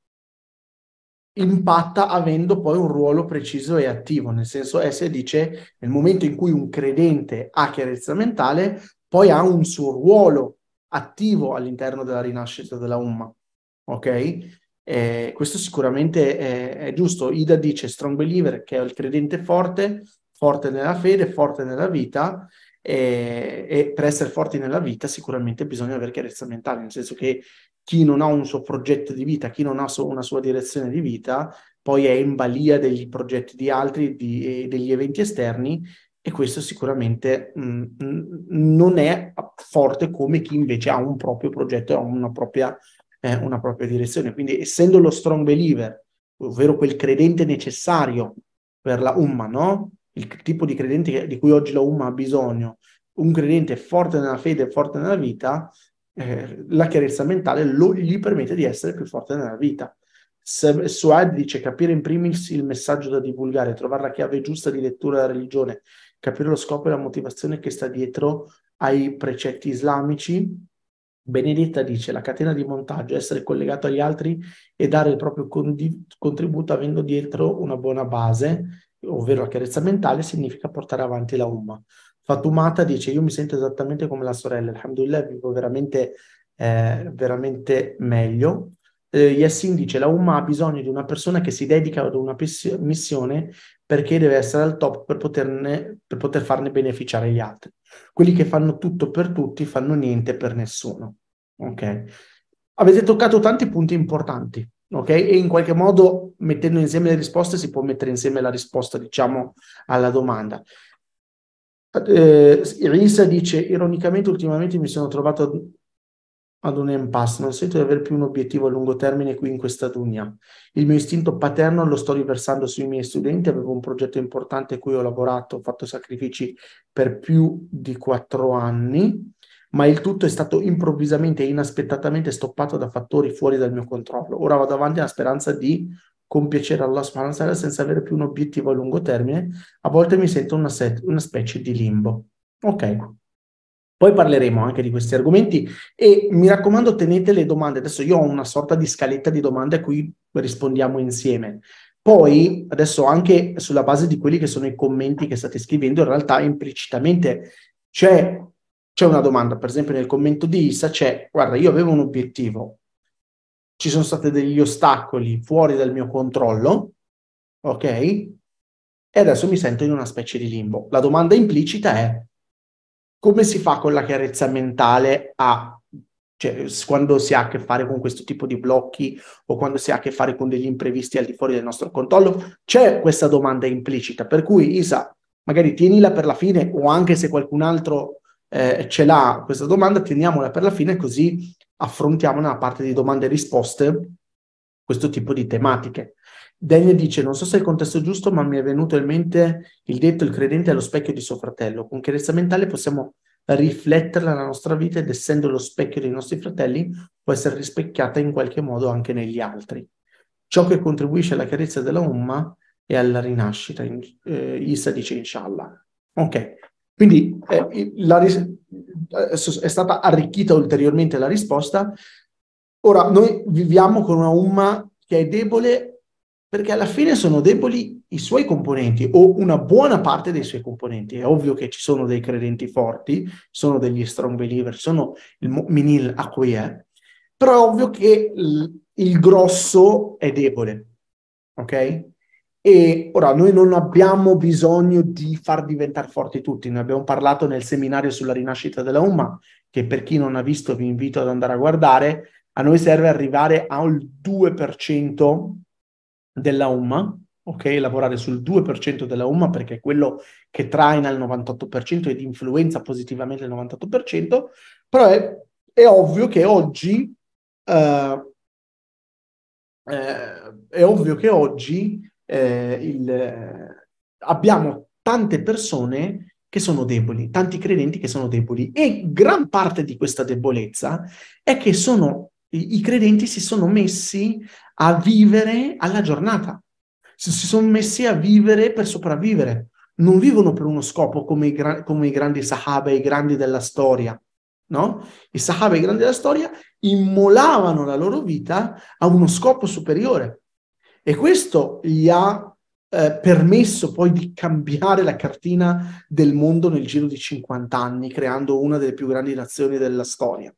impatta avendo poi un ruolo preciso e attivo, nel senso Essie dice, nel momento in cui un credente ha chiarezza mentale, poi ha un suo ruolo attivo all'interno della rinascita della Umma, ok? Eh, questo sicuramente è, è giusto. Ida dice strong believer, che è il credente forte, forte nella fede, forte nella vita, eh, e per essere forti nella vita sicuramente bisogna avere chiarezza mentale, nel senso che chi non ha un suo progetto di vita, chi non ha una sua direzione di vita, poi è in balia degli progetti di altri, di, degli eventi esterni, e questo sicuramente mh, non è forte come chi invece ha un proprio progetto, ha una propria, eh, una propria direzione. Quindi essendo lo strong believer, ovvero quel credente necessario per la Umma, no? Il tipo di credente di cui oggi la Umma ha bisogno, un credente forte nella fede e forte nella vita, eh, la chiarezza mentale lo, gli permette di essere più forte nella vita. Suad dice capire in primis il messaggio da divulgare, trovare la chiave giusta di lettura della religione, capire lo scopo e la motivazione che sta dietro ai precetti islamici. Benedetta dice la catena di montaggio, essere collegato agli altri e dare il proprio contributo avendo dietro una buona base, ovvero la chiarezza mentale, significa portare avanti la Umma. Fatumata dice io mi sento esattamente come la sorella, alhamdulillah, vivo veramente, eh, veramente meglio. Eh, Yassin dice la Umma ha bisogno di una persona che si dedica ad una missione perché deve essere al top per, poterne, per poter farne beneficiare gli altri. Quelli che fanno tutto per tutti fanno niente per nessuno. Ok? Avete toccato tanti punti importanti, ok? E in qualche modo mettendo insieme le risposte si può mettere insieme la risposta, diciamo, alla domanda. Eh, Risa dice ironicamente ultimamente mi sono trovato ad un impasse, non sento di avere più un obiettivo a lungo termine qui in questa dunia. Il mio istinto paterno lo sto riversando sui miei studenti, avevo un progetto importante a cui ho lavorato, ho fatto sacrifici per più di quattro anni, ma il tutto è stato improvvisamente e inaspettatamente stoppato da fattori fuori dal mio controllo. Ora vado avanti alla speranza di compiacere Allah subhanahu wa ta'ala senza avere più un obiettivo a lungo termine. A volte mi sento una, set, una specie di limbo. Ok. Poi parleremo anche di questi argomenti e mi raccomando tenete le domande. Adesso io ho una sorta di scaletta di domande a cui rispondiamo insieme. Poi adesso anche sulla base di quelli che sono i commenti che state scrivendo, in realtà implicitamente c'è, c'è una domanda. Per esempio nel commento di Issa c'è, guarda, io avevo un obiettivo, ci sono stati degli ostacoli fuori dal mio controllo, ok? E adesso mi sento in una specie di limbo. La domanda implicita è come si fa con la chiarezza mentale a, cioè, quando si ha a che fare con questo tipo di blocchi o quando si ha a che fare con degli imprevisti al di fuori del nostro controllo? C'è questa domanda implicita, per cui Isa, magari tienila per la fine o anche se qualcun altro eh, ce l'ha questa domanda, teniamola per la fine così affrontiamo nella parte di domande e risposte questo tipo di tematiche. Daniel dice, non so se è il contesto giusto, ma mi è venuto in mente il detto il credente è lo specchio di suo fratello. Con chiarezza mentale possiamo rifletterla nella nostra vita ed essendo lo specchio dei nostri fratelli può essere rispecchiata in qualche modo anche negli altri. Ciò che contribuisce alla chiarezza della Umma e alla rinascita. Eh, Issa dice inshallah. Ok, quindi eh, la è stata arricchita ulteriormente la risposta. Ora, noi viviamo con una Umma che è debole Perché alla fine sono deboli i suoi componenti o una buona parte dei suoi componenti. È ovvio che ci sono dei credenti forti, sono degli strong believer, sono il mu'minin aqwiya, però è ovvio che il, il grosso è debole, ok? E ora noi non abbiamo bisogno di far diventare forti tutti, ne abbiamo parlato nel seminario sulla rinascita della Ummah, che per chi non ha visto vi invito ad andare a guardare. A noi serve arrivare al due per cento della Ummah, ok? Lavorare sul due per cento della Ummah, perché è quello che traina il novantotto per cento ed influenza positivamente il novantotto per cento, però è, è ovvio che oggi eh, eh, è ovvio che oggi eh, il, eh, abbiamo tante persone che sono deboli, tanti credenti che sono deboli, e gran parte di questa debolezza è che sono, i, i credenti si sono messi a vivere alla giornata, si, si sono messi a vivere per sopravvivere, non vivono per uno scopo come i, gra- come i grandi Sahaba, i grandi della storia, no? I Sahaba, i grandi della storia, immolavano la loro vita a uno scopo superiore, e questo gli ha eh, permesso poi di cambiare la cartina del mondo nel giro di cinquanta anni, creando una delle più grandi nazioni della storia.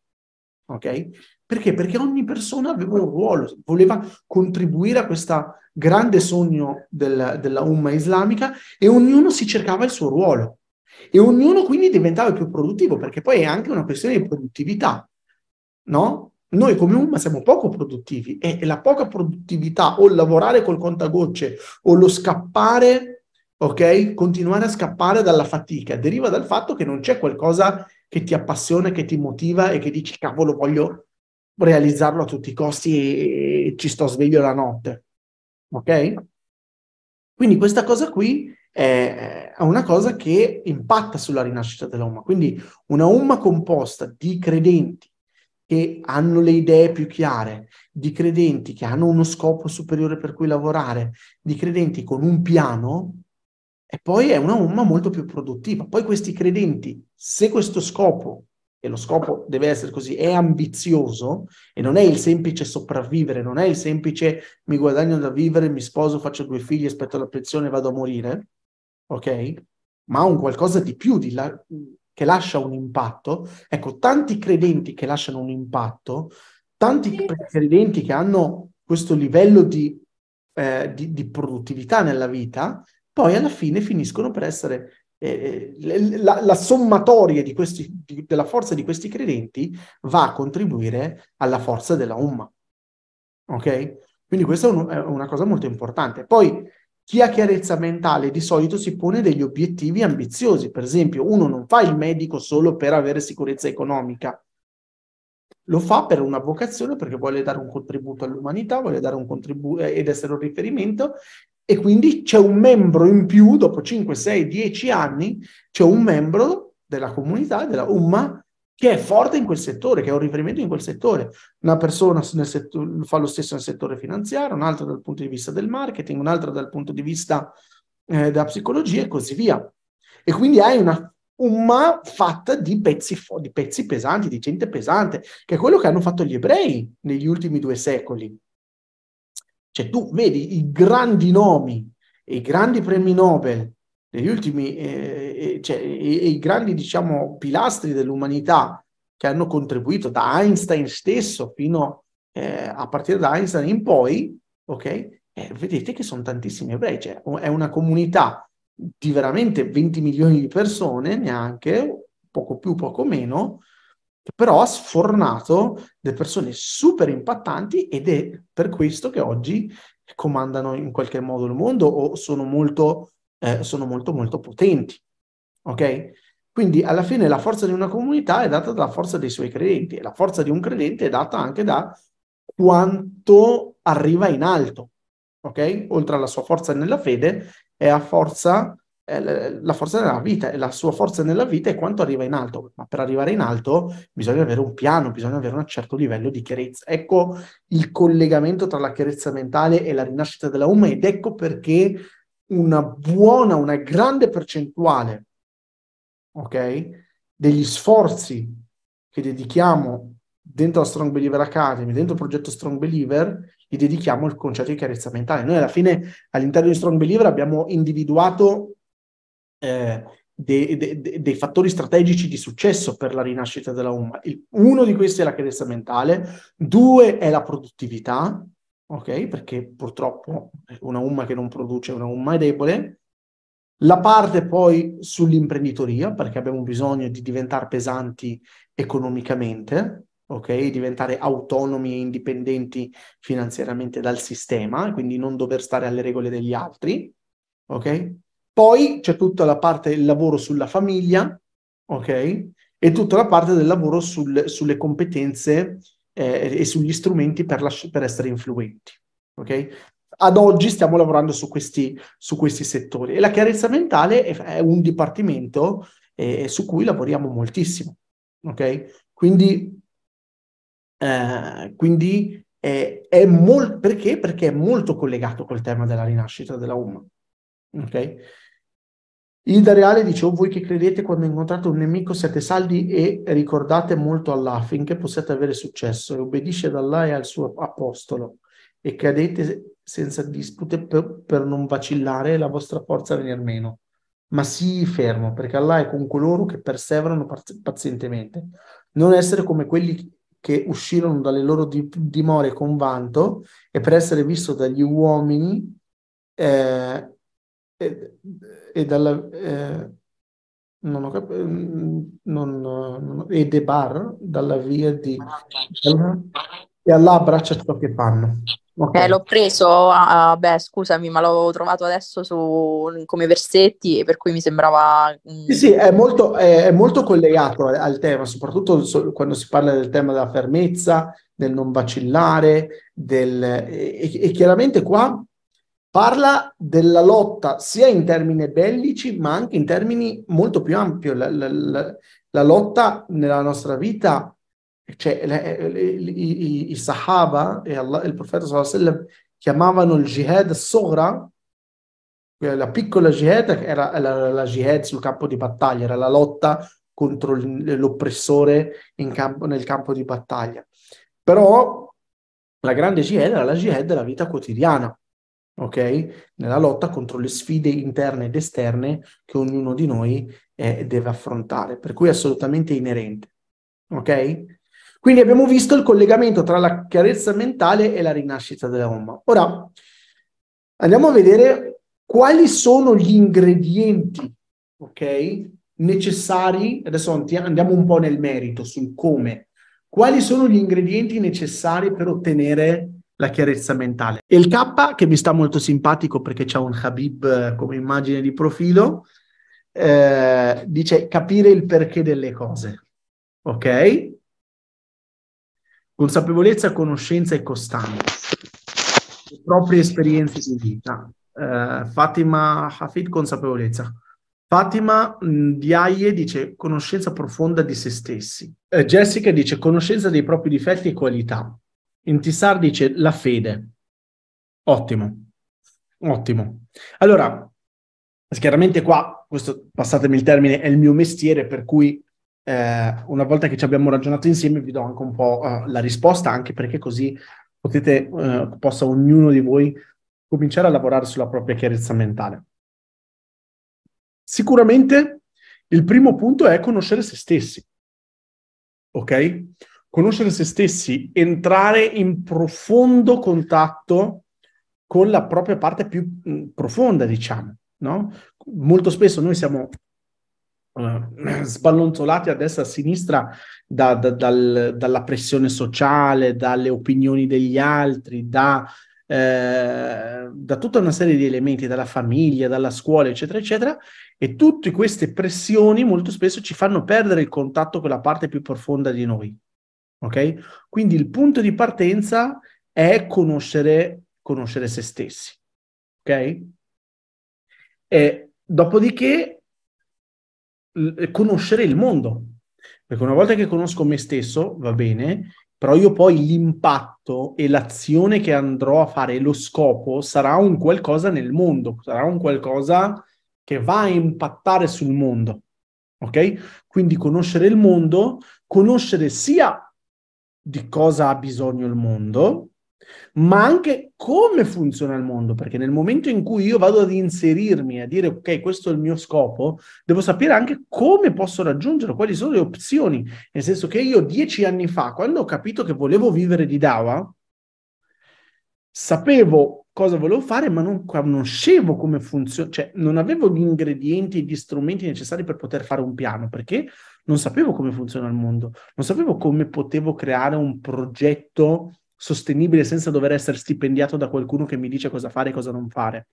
Ok? Perché? Perché ogni persona aveva un ruolo, voleva contribuire a questo grande sogno del, della Ummah islamica, e ognuno si cercava il suo ruolo. E ognuno quindi diventava più produttivo, perché poi è anche una questione di produttività, no? Noi come Ummah siamo poco produttivi, e la poca produttività, o il lavorare col contagocce, o lo scappare, ok? Continuare a scappare dalla fatica, deriva dal fatto che non c'è qualcosa che ti appassiona, che ti motiva e che dici cavolo, voglio realizzarlo a tutti i costi e, e ci sto sveglio la notte, ok? Quindi questa cosa qui è una cosa che impatta sulla rinascita della Ummah. Quindi una Ummah composta di credenti che hanno le idee più chiare, di credenti che hanno uno scopo superiore per cui lavorare, di credenti con un piano, e poi è una Ummah molto più produttiva. Poi questi credenti, se questo scopo, e lo scopo deve essere così, è ambizioso, e non è il semplice sopravvivere, non è il semplice mi guadagno da vivere, mi sposo, faccio due figli, aspetto la pensione e vado a morire, ok? Ma un qualcosa di più, di la, che lascia un impatto. Ecco, tanti credenti che lasciano un impatto, tanti credenti che hanno questo livello di, eh, di, di produttività nella vita, poi alla fine finiscono per essere eh, la, la sommatoria di questi, di, della forza di questi credenti va a contribuire alla forza della Ummah. Ok? Quindi questa è, un, è una cosa molto importante. Poi chi ha chiarezza mentale di solito si pone degli obiettivi ambiziosi. Per esempio, uno non fa il medico solo per avere sicurezza economica, lo fa per una vocazione, perché vuole dare un contributo all'umanità, vuole dare un contributo ed essere un riferimento, e quindi c'è un membro in più, dopo cinque, sei, dieci anni, c'è un membro della comunità, della Ummah, che è forte in quel settore, che è un riferimento in quel settore. Una persona nel settore, fa lo stesso nel settore finanziario, un'altra dal punto di vista del marketing, un'altra dal punto di vista eh, della psicologia e così via. E quindi hai una Ummah fatta di pezzi, di pezzi pesanti, di gente pesante, che è quello che hanno fatto gli ebrei negli ultimi due secoli. Cioè tu vedi i grandi nomi e i grandi premi Nobel degli ultimi, eh, cioè, e, e i grandi, diciamo, pilastri dell'umanità che hanno contribuito, da Einstein stesso fino eh, a partire da Einstein in poi, ok? Eh, vedete che sono tantissimi ebrei, cioè è una comunità di veramente venti milioni di persone, neanche, poco più, poco meno, che però ha sfornato delle persone super impattanti, ed è per questo che oggi comandano in qualche modo il mondo, o sono molto, eh, sono molto, molto potenti. Ok? Quindi alla fine la forza di una comunità è data dalla forza dei suoi credenti, e la forza di un credente è data anche da quanto arriva in alto. Ok? Oltre alla sua forza nella fede, è a forza la forza nella vita, e la sua forza nella vita è quanto arriva in alto. Ma per arrivare in alto bisogna avere un piano, bisogna avere un certo livello di chiarezza. Ecco il collegamento tra la chiarezza mentale e la rinascita della Ummah, ed ecco perché una buona, una grande percentuale, ok, degli sforzi che dedichiamo dentro la Strong Believer Academy, dentro il progetto Strong Believer, gli dedichiamo il concetto di chiarezza mentale. Noi alla fine all'interno di Strong Believer abbiamo individuato eh, dei, dei, dei fattori strategici di successo per la rinascita della Ummah. Il, uno di questi è la chiarezza mentale, due è la produttività, ok? Perché purtroppo una Ummah che non produce, una Ummah è debole. La parte poi sull'imprenditoria, perché abbiamo bisogno di diventare pesanti economicamente, ok? Diventare autonomi e indipendenti finanziariamente dal sistema, quindi non dover stare alle regole degli altri, ok? Poi c'è tutta la parte del lavoro sulla famiglia, ok? E tutta la parte del lavoro sul, sulle competenze eh, e sugli strumenti per, la, per essere influenti, ok? Ad oggi stiamo lavorando su questi, su questi settori e la chiarezza mentale è, è un dipartimento eh, su cui lavoriamo moltissimo, ok? Quindi, eh, quindi è, è molto, perché? Perché è molto collegato col tema della rinascita della Ummah, ok? Ida Reale dice: o voi che credete quando incontrate un nemico siate saldi e ricordate molto Allah affinché possiate avere successo, e obbedisce ad Allah e al suo apostolo e cadete senza dispute per, per non vacillare e la vostra forza venir meno. Ma sii fermo, perché Allah è con coloro che perseverano pazientemente. Non essere come quelli che uscirono dalle loro dimore con vanto e per essere visto dagli uomini eh, e, e dalla... Eh, non ho capito, non, non, e debar dalla via di e Allah abbraccia ciò che fanno. Okay. Eh, l'ho preso, ah, beh scusami, ma l'ho trovato adesso su, come versetti, per cui mi sembrava... Mm... Sì, sì, è molto, è, è molto collegato al tema, soprattutto so, quando si parla del tema della fermezza, del non vacillare, del, e, e chiaramente qua parla della lotta sia in termini bellici ma anche in termini molto più ampi. La, la, la, la lotta nella nostra vita, cioè le, le, i, i Sahaba e Allah, il profeta sallallahu alaihi wasallam chiamavano il jihad sogra, la piccola jihad, che era la, la jihad sul campo di battaglia, era la lotta contro l'oppressore in campo, nel campo di battaglia. Però la grande jihad era la jihad della vita quotidiana, ok? Nella lotta contro le sfide interne ed esterne che ognuno di noi eh, deve affrontare, per cui è assolutamente inerente, ok? Quindi abbiamo visto il collegamento tra la chiarezza mentale e la rinascita della Ummah. Ora andiamo a vedere quali sono gli ingredienti, ok, necessari. Adesso andiamo un po' nel merito sul come. Quali sono gli ingredienti necessari per ottenere la chiarezza mentale? E il K, che mi sta molto simpatico perché c'ha un Habib come immagine di profilo, eh, dice capire il perché delle cose, ok? Consapevolezza, conoscenza e costanza, le proprie esperienze di vita. Uh, Fatima Hafid, consapevolezza. Fatima Diaye dice conoscenza profonda di se stessi. Uh, Jessica dice conoscenza dei propri difetti e qualità. Intisar dice la fede. Ottimo, ottimo. Allora, chiaramente qua, questo, passatemi il termine, è il mio mestiere, per cui Eh, una volta che ci abbiamo ragionato insieme vi do anche un po' uh, la risposta, anche perché così potete, uh, possa ognuno di voi cominciare a lavorare sulla propria chiarezza mentale. Sicuramente il primo punto è conoscere se stessi, ok? Conoscere se stessi, entrare in profondo contatto con la propria parte più mh, profonda, diciamo, no? Molto spesso noi siamo Uh, spallonzolati a destra e a sinistra da, da, dal, dalla pressione sociale, dalle opinioni degli altri, da, eh, da tutta una serie di elementi, dalla famiglia, dalla scuola, eccetera, eccetera, e tutte queste pressioni molto spesso ci fanno perdere il contatto con la parte più profonda di noi, ok? Quindi il punto di partenza è conoscere, conoscere se stessi, ok? E dopodiché conoscere il mondo, perché una volta che conosco me stesso va bene, però io poi l'impatto e l'azione che andrò a fare, lo scopo sarà un qualcosa nel mondo, sarà un qualcosa che va a impattare sul mondo, ok? Quindi conoscere il mondo, conoscere sia di cosa ha bisogno il mondo, ma anche come funziona il mondo, perché nel momento in cui io vado ad inserirmi, a dire ok, questo è il mio scopo, devo sapere anche come posso raggiungerlo, quali sono le opzioni, nel senso che io dieci anni fa, quando ho capito che volevo vivere di Dawa, sapevo cosa volevo fare, ma non conoscevo come funziona, cioè non avevo gli ingredienti e gli strumenti necessari per poter fare un piano, perché non sapevo come funziona il mondo, non sapevo come potevo creare un progetto sostenibile senza dover essere stipendiato da qualcuno che mi dice cosa fare e cosa non fare.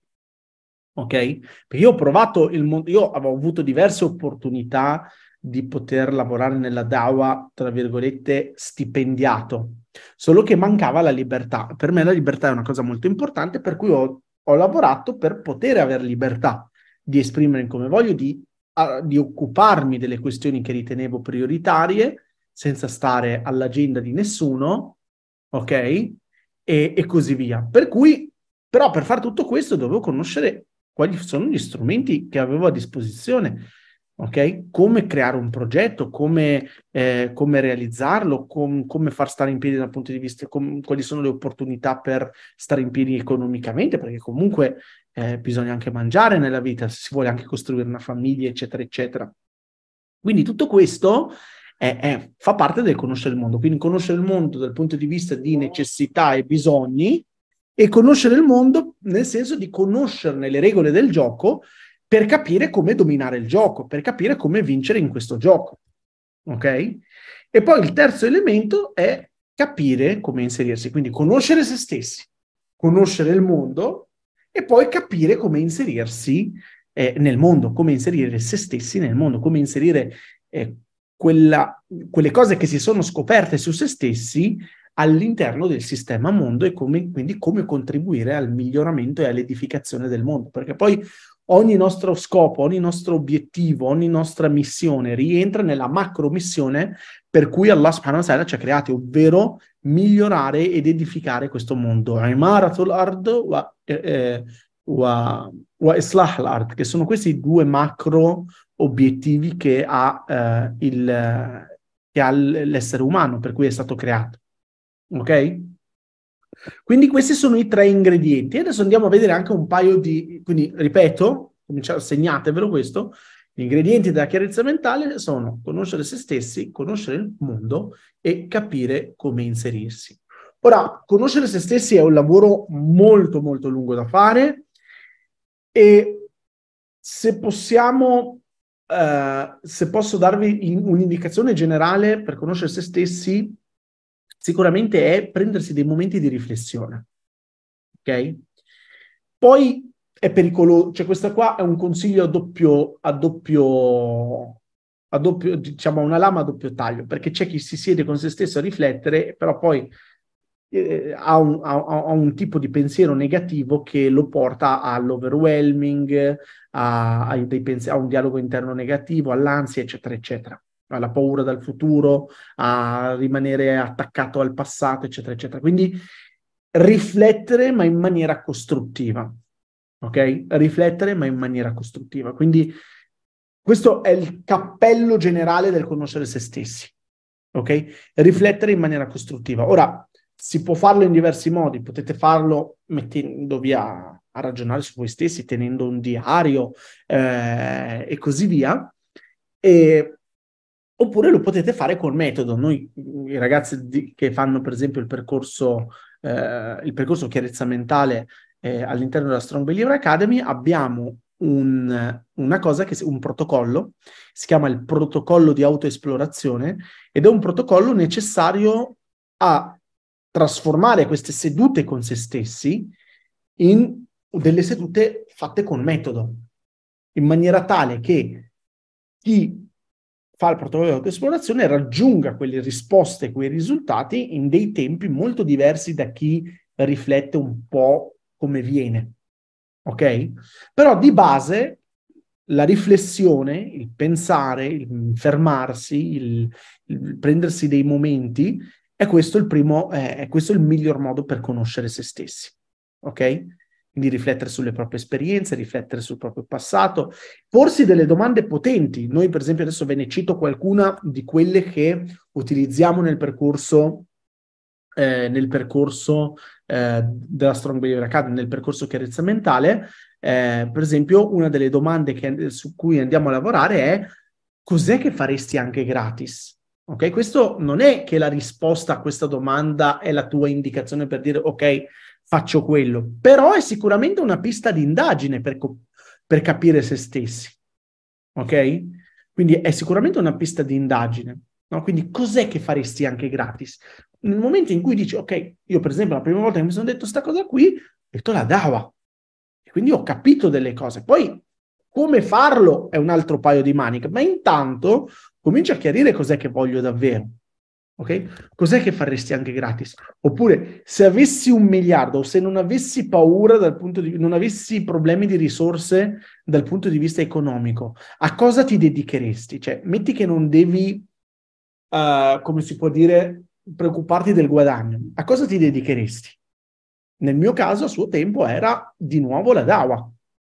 Ok? Perché io ho provato il mondo, io avevo avuto diverse opportunità di poter lavorare nella Dawa, tra virgolette, stipendiato, solo che mancava la libertà. Per me la libertà è una cosa molto importante, per cui ho, ho lavorato per poter avere libertà di esprimere come voglio, di, a, di occuparmi delle questioni che ritenevo prioritarie, senza stare all'agenda di nessuno, ok? E, e così via. Per cui, però, per fare tutto questo dovevo conoscere quali sono gli strumenti che avevo a disposizione, ok? Come creare un progetto, come, eh, come realizzarlo, com, come far stare in piedi dal punto di vista, com, quali sono le opportunità per stare in piedi economicamente, perché comunque eh, bisogna anche mangiare nella vita, se si vuole anche costruire una famiglia, eccetera, eccetera. Quindi tutto questo È, è, fa parte del conoscere il mondo, quindi conoscere il mondo dal punto di vista di necessità e bisogni, e conoscere il mondo nel senso di conoscerne le regole del gioco per capire come dominare il gioco, per capire come vincere in questo gioco, ok? E poi il terzo elemento è capire come inserirsi, quindi conoscere se stessi, conoscere il mondo e poi capire come inserirsi eh, nel mondo, come inserire se stessi nel mondo, come inserire eh, Quella, quelle cose che si sono scoperte su se stessi all'interno del sistema mondo e come, quindi come contribuire al miglioramento e all'edificazione del mondo, perché poi ogni nostro scopo, ogni nostro obiettivo, ogni nostra missione rientra nella macro missione per cui Allah subhanahu wa ta'ala ci ha creati, ovvero migliorare ed edificare questo mondo. Imaratul ard wa, eh, wa, wa islah al-ard, che sono questi due macro obiettivi che ha, eh, il, che ha l'essere umano, per cui è stato creato. Ok? Quindi questi sono i tre ingredienti. Adesso andiamo a vedere anche un paio di... Quindi, ripeto, segnatevelo questo, gli ingredienti della chiarezza mentale sono conoscere se stessi, conoscere il mondo e capire come inserirsi. Ora, conoscere se stessi è un lavoro molto, molto lungo da fare e se possiamo... Uh, se posso darvi in, un'indicazione generale per conoscere se stessi, sicuramente è prendersi dei momenti di riflessione, ok? Poi è pericoloso, cioè questa qua è un consiglio a doppio, a doppio, a doppio, diciamo una lama a doppio taglio, perché c'è chi si siede con se stesso a riflettere, però poi eh, ha, un, ha, ha un tipo di pensiero negativo che lo porta all'overwhelming, a, a, dei pensi- a un dialogo interno negativo, all'ansia, eccetera, eccetera, alla paura dal futuro, a rimanere attaccato al passato, eccetera, eccetera. Quindi riflettere, ma in maniera costruttiva, ok? Riflettere, ma in maniera costruttiva. Quindi questo è il cappello generale del conoscere se stessi, ok? Riflettere in maniera costruttiva. Ora, si può farlo in diversi modi, potete farlo mettendovi a, a ragionare su voi stessi, tenendo un diario eh, e così via, e, oppure lo potete fare col metodo. Noi, i ragazzi di, che fanno per esempio il percorso, eh, il percorso chiarezza mentale eh, all'interno della Strong Believer Academy, abbiamo un, una cosa, che un protocollo, si chiama il protocollo di autoesplorazione, ed è un protocollo necessario a trasformare queste sedute con se stessi in delle sedute fatte con metodo, in maniera tale che chi fa il protocollo di autoesplorazione raggiunga quelle risposte, quei risultati in dei tempi molto diversi da chi riflette un po' come viene, ok? Però di base la riflessione, il pensare, il fermarsi, il, il prendersi dei momenti, è questo il primo, eh, è questo il miglior modo per conoscere se stessi, ok? Quindi riflettere sulle proprie esperienze, riflettere sul proprio passato, porsi delle domande potenti. Noi, per esempio, adesso ve ne cito qualcuna di quelle che utilizziamo nel percorso, eh, nel percorso eh, della Strong Believer Academy, nel percorso chiarezza mentale, eh, per esempio, una delle domande che, su cui andiamo a lavorare è: cos'è che faresti anche gratis? Ok, questo non è che la risposta a questa domanda è la tua indicazione per dire ok, faccio quello, però è sicuramente una pista di indagine per, per capire se stessi. Ok? Quindi è sicuramente una pista di indagine. No? Quindi cos'è che faresti anche gratis? Nel momento in cui dici ok, io per esempio la prima volta che mi sono detto sta cosa qui, ho detto la dawa. E quindi ho capito delle cose. Poi come farlo è un altro paio di maniche, ma intanto comincia a chiarire cos'è che voglio davvero, ok? Cos'è che faresti anche gratis? Oppure, se avessi un miliardo o se non avessi paura dal punto di non avessi problemi di risorse dal punto di vista economico, a cosa ti dedicheresti? Cioè, metti che non devi, uh, come si può dire, preoccuparti del guadagno, a cosa ti dedicheresti? Nel mio caso, a suo tempo, era di nuovo la dawa.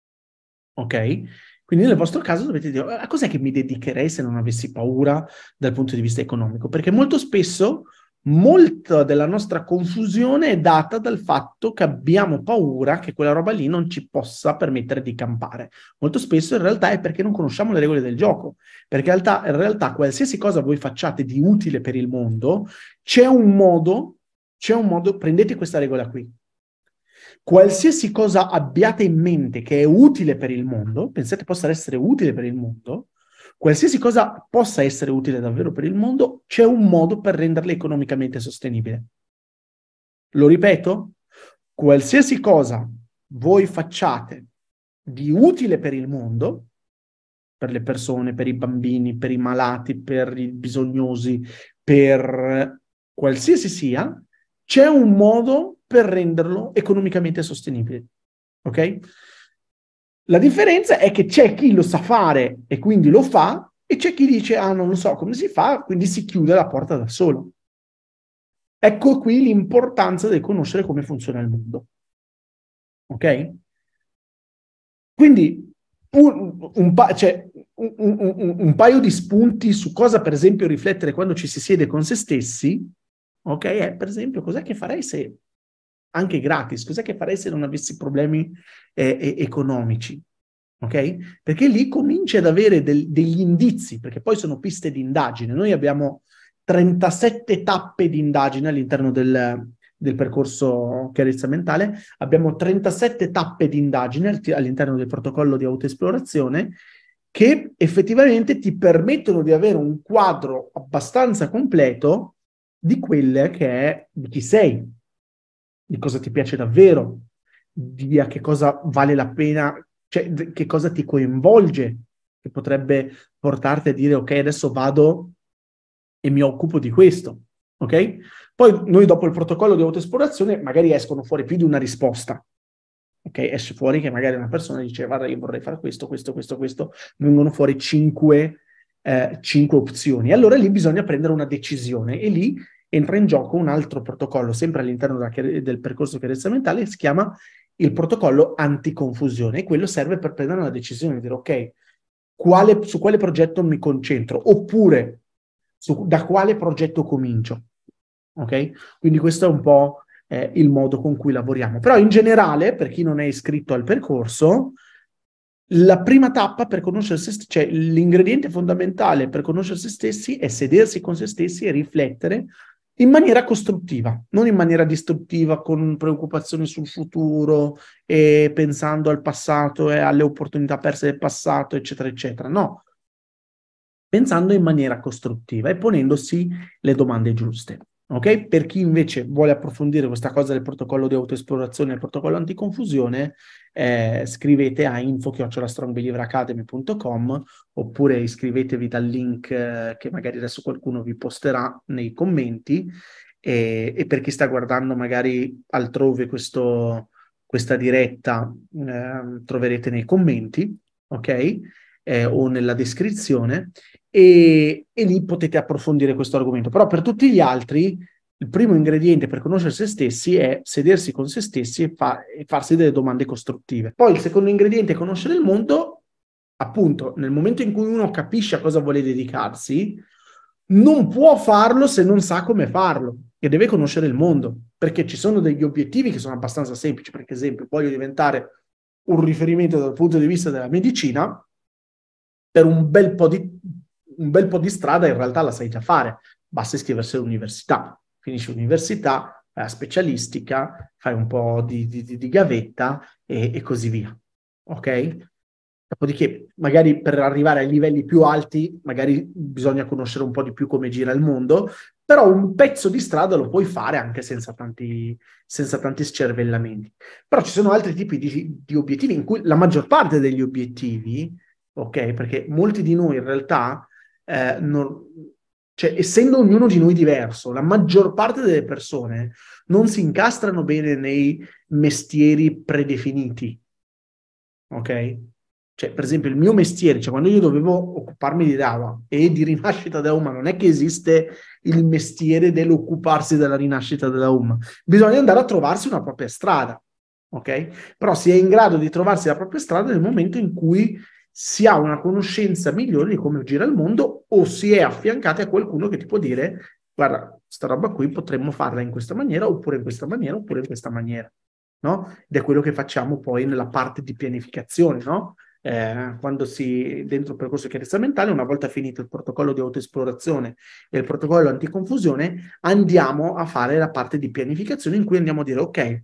Ok? Quindi nel vostro caso dovete dire a cos'è che mi dedicherei se non avessi paura dal punto di vista economico? Perché molto spesso molta della nostra confusione è data dal fatto che abbiamo paura che quella roba lì non ci possa permettere di campare. Molto spesso in realtà è perché non conosciamo le regole del gioco, perché in realtà, in realtà qualsiasi cosa voi facciate di utile per il mondo, c'è un modo, c'è un modo, prendete questa regola qui. Qualsiasi cosa abbiate in mente che è utile per il mondo, pensate possa essere utile per il mondo, qualsiasi cosa possa essere utile davvero per il mondo, c'è un modo per renderla economicamente sostenibile. Lo ripeto, qualsiasi cosa voi facciate di utile per il mondo, per le persone, per i bambini, per i malati, per i bisognosi, per qualsiasi sia, c'è un modo per renderlo economicamente sostenibile, ok? La differenza è che c'è chi lo sa fare e quindi lo fa, e c'è chi dice, ah, non lo so come si fa, quindi si chiude la porta da solo. Ecco qui l'importanza di conoscere come funziona il mondo, ok? Quindi un, un, pa- cioè, un, un, un paio di spunti su cosa, per esempio, riflettere quando ci si siede con se stessi, ok? È, per esempio, cos'è che farei se anche gratis, cos'è che farei se non avessi problemi eh, economici, ok? Perché lì cominci ad avere del, degli indizi, perché poi sono piste di indagine. Noi abbiamo trentasette tappe di indagine all'interno del, del percorso chiarezza mentale, abbiamo trentasette tappe di indagine all'interno del protocollo di autoesplorazione che effettivamente ti permettono di avere un quadro abbastanza completo di quelle che è di chi sei, di cosa ti piace davvero, di a che cosa vale la pena, cioè che cosa ti coinvolge, che potrebbe portarti a dire ok, adesso vado e mi occupo di questo, ok? Poi noi dopo il protocollo di autoesplorazione magari escono fuori più di una risposta, ok? Esce fuori che magari una persona dice guarda io vorrei fare questo, questo, questo, questo, vengono fuori cinque, eh, cinque opzioni. Allora lì bisogna prendere una decisione e lì entra in gioco un altro protocollo, sempre all'interno della, del percorso chiarezza mentale, si chiama il protocollo anticonfusione, e quello serve per prendere una decisione, dire ok, quale, su quale progetto mi concentro, oppure su, da quale progetto comincio, ok? Quindi questo è un po' eh, il modo con cui lavoriamo. Però in generale, per chi non è iscritto al percorso, la prima tappa per conoscere se stessi, cioè l'ingrediente fondamentale per conoscere se stessi è sedersi con se stessi e riflettere in maniera costruttiva, non in maniera distruttiva, con preoccupazioni sul futuro e pensando al passato e alle opportunità perse del passato, eccetera, eccetera. No, pensando in maniera costruttiva e ponendosi le domande giuste. Ok? Per chi invece vuole approfondire questa cosa del protocollo di autoesplorazione e il protocollo anticonfusione, eh, scrivete a info chiocciola strong believer academy punto com oppure iscrivetevi dal link eh, che magari adesso qualcuno vi posterà nei commenti, e, e per chi sta guardando magari altrove questo, questa diretta eh, troverete nei commenti, ok? Eh, o nella descrizione. E, e lì potete approfondire questo argomento. Però per tutti gli altri il primo ingrediente per conoscere se stessi è sedersi con se stessi e, fa, e farsi delle domande costruttive. Poi il secondo ingrediente è conoscere il mondo. Appunto, nel momento in cui uno capisce a cosa vuole dedicarsi, non può farlo se non sa come farlo. e deve conoscere il mondo, perché ci sono degli obiettivi che sono abbastanza semplici. Per esempio, voglio diventare un riferimento dal punto di vista della medicina, per un bel po' di, un bel po' di strada in realtà la sai già fare, basta iscriversi all'università, finisci l'università, fai la specialistica, fai un po' di, di, di gavetta e, e così via, ok? Dopodiché, magari per arrivare ai livelli più alti, magari bisogna conoscere un po' di più come gira il mondo, però un pezzo di strada lo puoi fare anche senza tanti, senza tanti scervellamenti. Però ci sono altri tipi di, di obiettivi, in cui la maggior parte degli obiettivi, ok, perché molti di noi in realtà, eh, non, cioè, essendo ognuno di noi diverso, la maggior parte delle persone non si incastrano bene nei mestieri predefiniti, ok? Cioè, per esempio, il mio mestiere, cioè quando io dovevo occuparmi di Dawa e di rinascita della Ummah, non è che esiste il mestiere dell'occuparsi della rinascita della Ummah. Bisogna andare a trovarsi una propria strada, ok? Però si è in grado di trovarsi la propria strada nel momento in cui si ha una conoscenza migliore di come gira il mondo o si è affiancati a qualcuno che ti può dire: guarda, sta roba qui potremmo farla in questa maniera, oppure in questa maniera, oppure in questa maniera, no? Ed è quello che facciamo poi nella parte di pianificazione, no? Eh, quando si dentro il percorso di chiarezza mentale, una volta finito il protocollo di autoesplorazione e il protocollo anticonfusione, andiamo a fare la parte di pianificazione in cui andiamo a dire: ok,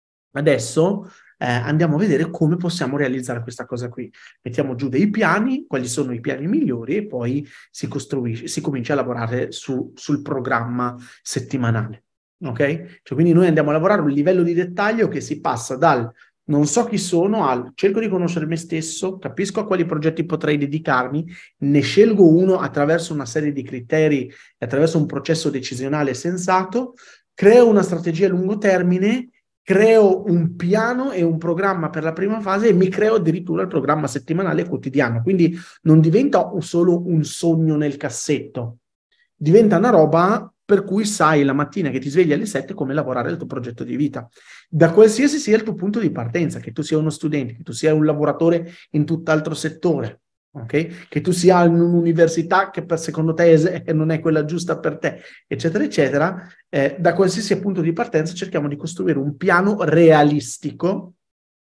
adesso eh, andiamo a vedere come possiamo realizzare questa cosa qui. Mettiamo giù dei piani, quali sono i piani migliori, e poi si costruisce, si comincia a lavorare su, sul programma settimanale. Ok? Cioè, quindi noi andiamo a lavorare a un livello di dettaglio che si passa dal non so chi sono al cerco di conoscere me stesso, capisco a quali progetti potrei dedicarmi, ne scelgo uno attraverso una serie di criteri e attraverso un processo decisionale sensato, creo una strategia a lungo termine, creo un piano e un programma per la prima fase e mi creo addirittura il programma settimanale e quotidiano. Quindi non diventa solo un sogno nel cassetto, diventa una roba per cui sai la mattina che ti svegli alle sette come lavorare il tuo progetto di vita. Da qualsiasi sia il tuo punto di partenza, che tu sia uno studente, che tu sia un lavoratore in tutt'altro settore, ok? Che tu sia in un'università che per secondo te non è quella giusta per te, eccetera, eccetera, eh, da qualsiasi punto di partenza cerchiamo di costruire un piano realistico,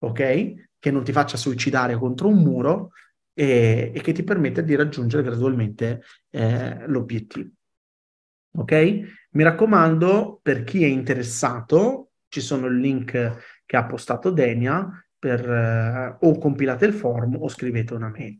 ok? Che non ti faccia suicidare contro un muro e, e che ti permetta di raggiungere gradualmente eh, l'obiettivo. Ok? Mi raccomando, per chi è interessato, ci sono il link che ha postato Denia, per, eh, o compilate il form o scrivete una mail.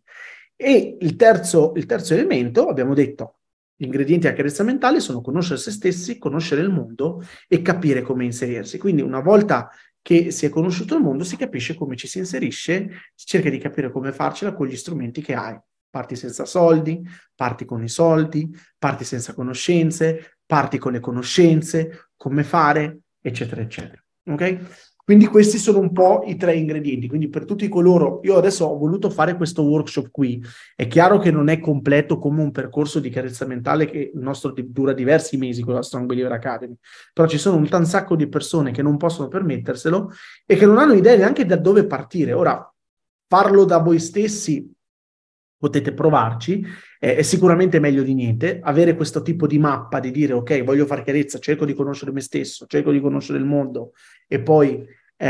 E il terzo, il terzo elemento, abbiamo detto, gli ingredienti a chiarezza mentale sono conoscere se stessi, conoscere il mondo e capire come inserirsi. Quindi una volta che si è conosciuto il mondo, si capisce come ci si inserisce, si cerca di capire come farcela con gli strumenti che hai. Parti senza soldi, parti con i soldi, parti senza conoscenze, parti con le conoscenze, come fare, eccetera, eccetera. Ok? Quindi questi sono un po' i tre ingredienti. Quindi per tutti coloro, io adesso ho voluto fare questo workshop qui. È chiaro che non è completo come un percorso di chiarezza mentale che il nostro dura diversi mesi con la Strong Believer Academy, però ci sono un sacco di persone che non possono permetterselo e che non hanno idea neanche da dove partire. Ora, farlo da voi stessi potete provarci, eh, è sicuramente meglio di niente. Avere questo tipo di mappa di dire: ok, voglio fare chiarezza, cerco di conoscere me stesso, cerco di conoscere il mondo e poi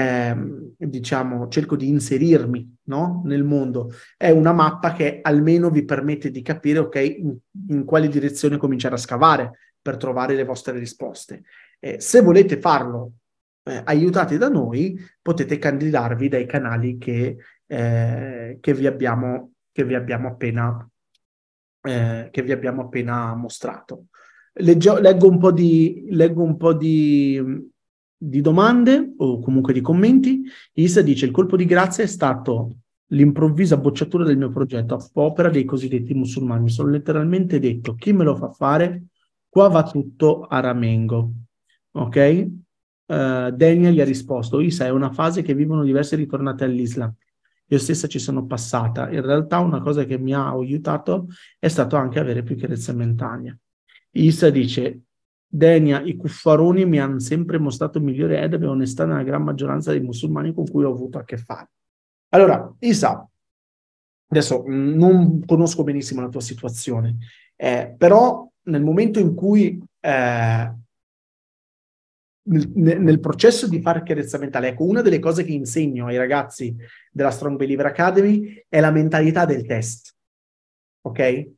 ehm, diciamo cerco di inserirmi, no, nel mondo, è una mappa che almeno vi permette di capire, ok, in, in quale direzione cominciare a scavare per trovare le vostre risposte. Eh, se volete farlo eh, aiutati da noi, potete candidarvi dai canali che, eh, che vi abbiamo che vi abbiamo appena, eh, che vi abbiamo appena mostrato. Leggio, leggo un po' di, leggo un po' di, di domande o comunque di commenti. Isa dice: il colpo di grazia è stato l'improvvisa bocciatura del mio progetto a opera dei cosiddetti musulmani. Mi sono letteralmente detto: chi me lo fa fare? Qua va tutto a ramengo. Ok? Uh, Daniel gli ha risposto: Isa, è una fase che vivono diverse ritornate all'Islam. Io stessa ci sono passata. In realtà una cosa che mi ha aiutato è stato anche avere più chiarezza mentale. Isa dice: Denia, i cuffaroni mi hanno sempre mostrato migliore edeb e onestà nella gran maggioranza dei musulmani con cui ho avuto a che fare. Allora, Isa, adesso non conosco benissimo la tua situazione, eh, però nel momento in cui eh, nel, nel processo di fare chiarezza mentale, ecco, una delle cose che insegno ai ragazzi della Strong Believer Academy è la mentalità del test, ok?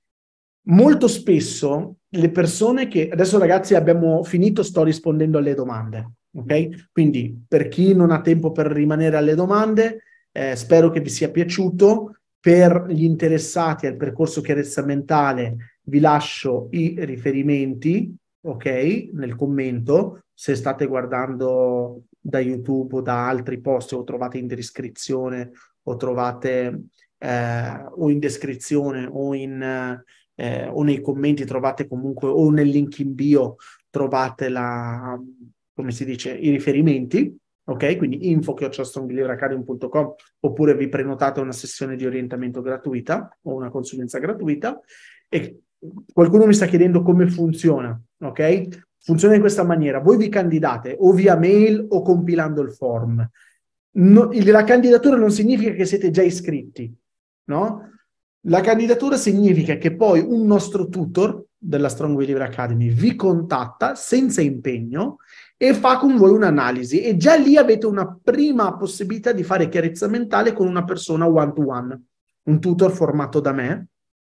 Molto spesso le persone che... Adesso ragazzi abbiamo finito, sto rispondendo alle domande, ok? Quindi per chi non ha tempo per rimanere alle domande, eh, spero che vi sia piaciuto. Per gli interessati al percorso chiarezza mentale vi lascio i riferimenti, ok? Nel commento, se state guardando da YouTube o da altri post o trovate in descrizione o trovate eh, o in descrizione o in... Eh, o nei commenti trovate comunque, o nel link in bio trovate la, come si dice, i riferimenti, ok? Quindi info chiocciola strong believer academy punto com, oppure vi prenotate una sessione di orientamento gratuita o una consulenza gratuita. E qualcuno mi sta chiedendo come funziona, ok? Funziona in questa maniera: voi vi candidate o via mail o compilando il form. No, la candidatura non significa che siete già iscritti, no? La candidatura significa che poi un nostro tutor della Strong Believer Academy vi contatta senza impegno e fa con voi un'analisi, e già lì avete una prima possibilità di fare chiarezza mentale con una persona one to one, un tutor formato da me,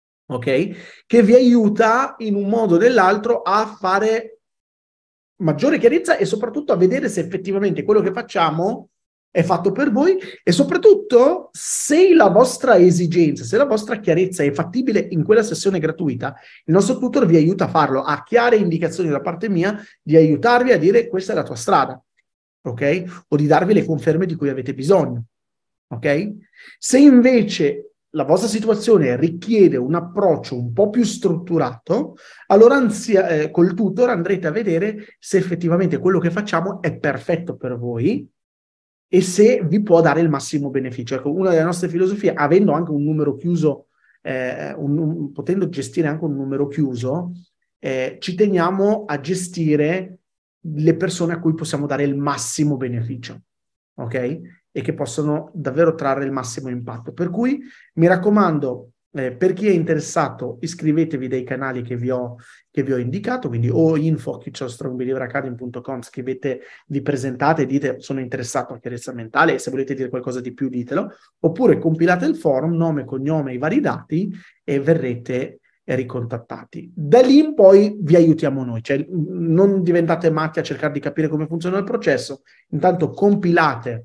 ok? Che vi aiuta in un modo o nell'altro a fare maggiore chiarezza e soprattutto a vedere se effettivamente quello che facciamo è fatto per voi, e soprattutto se la vostra esigenza, se la vostra chiarezza è fattibile in quella sessione gratuita, il nostro tutor vi aiuta a farlo, ha chiare indicazioni da parte mia di aiutarvi a dire questa è la tua strada, ok? O di darvi le conferme di cui avete bisogno, ok? Se invece la vostra situazione richiede un approccio un po' più strutturato, allora anzia, eh, col tutor andrete a vedere se effettivamente quello che facciamo è perfetto per voi e se vi può dare il massimo beneficio. Ecco, una delle nostre filosofie, avendo anche un numero chiuso, eh, un, un, potendo gestire anche un numero chiuso, eh, ci teniamo a gestire le persone a cui possiamo dare il massimo beneficio, ok? E che possono davvero trarre il massimo impatto. Per cui mi raccomando, eh, per chi è interessato, iscrivetevi dai canali che vi ho, che vi ho indicato, quindi o info chiocciola strong believer academy punto com, scrivete, vi presentate e dite sono interessato a chiarezza mentale, e se volete dire qualcosa di più ditelo, oppure compilate il forum, nome, cognome, i vari dati, e verrete ricontattati. Da lì in poi vi aiutiamo noi, cioè non diventate matti a cercare di capire come funziona il processo, intanto compilate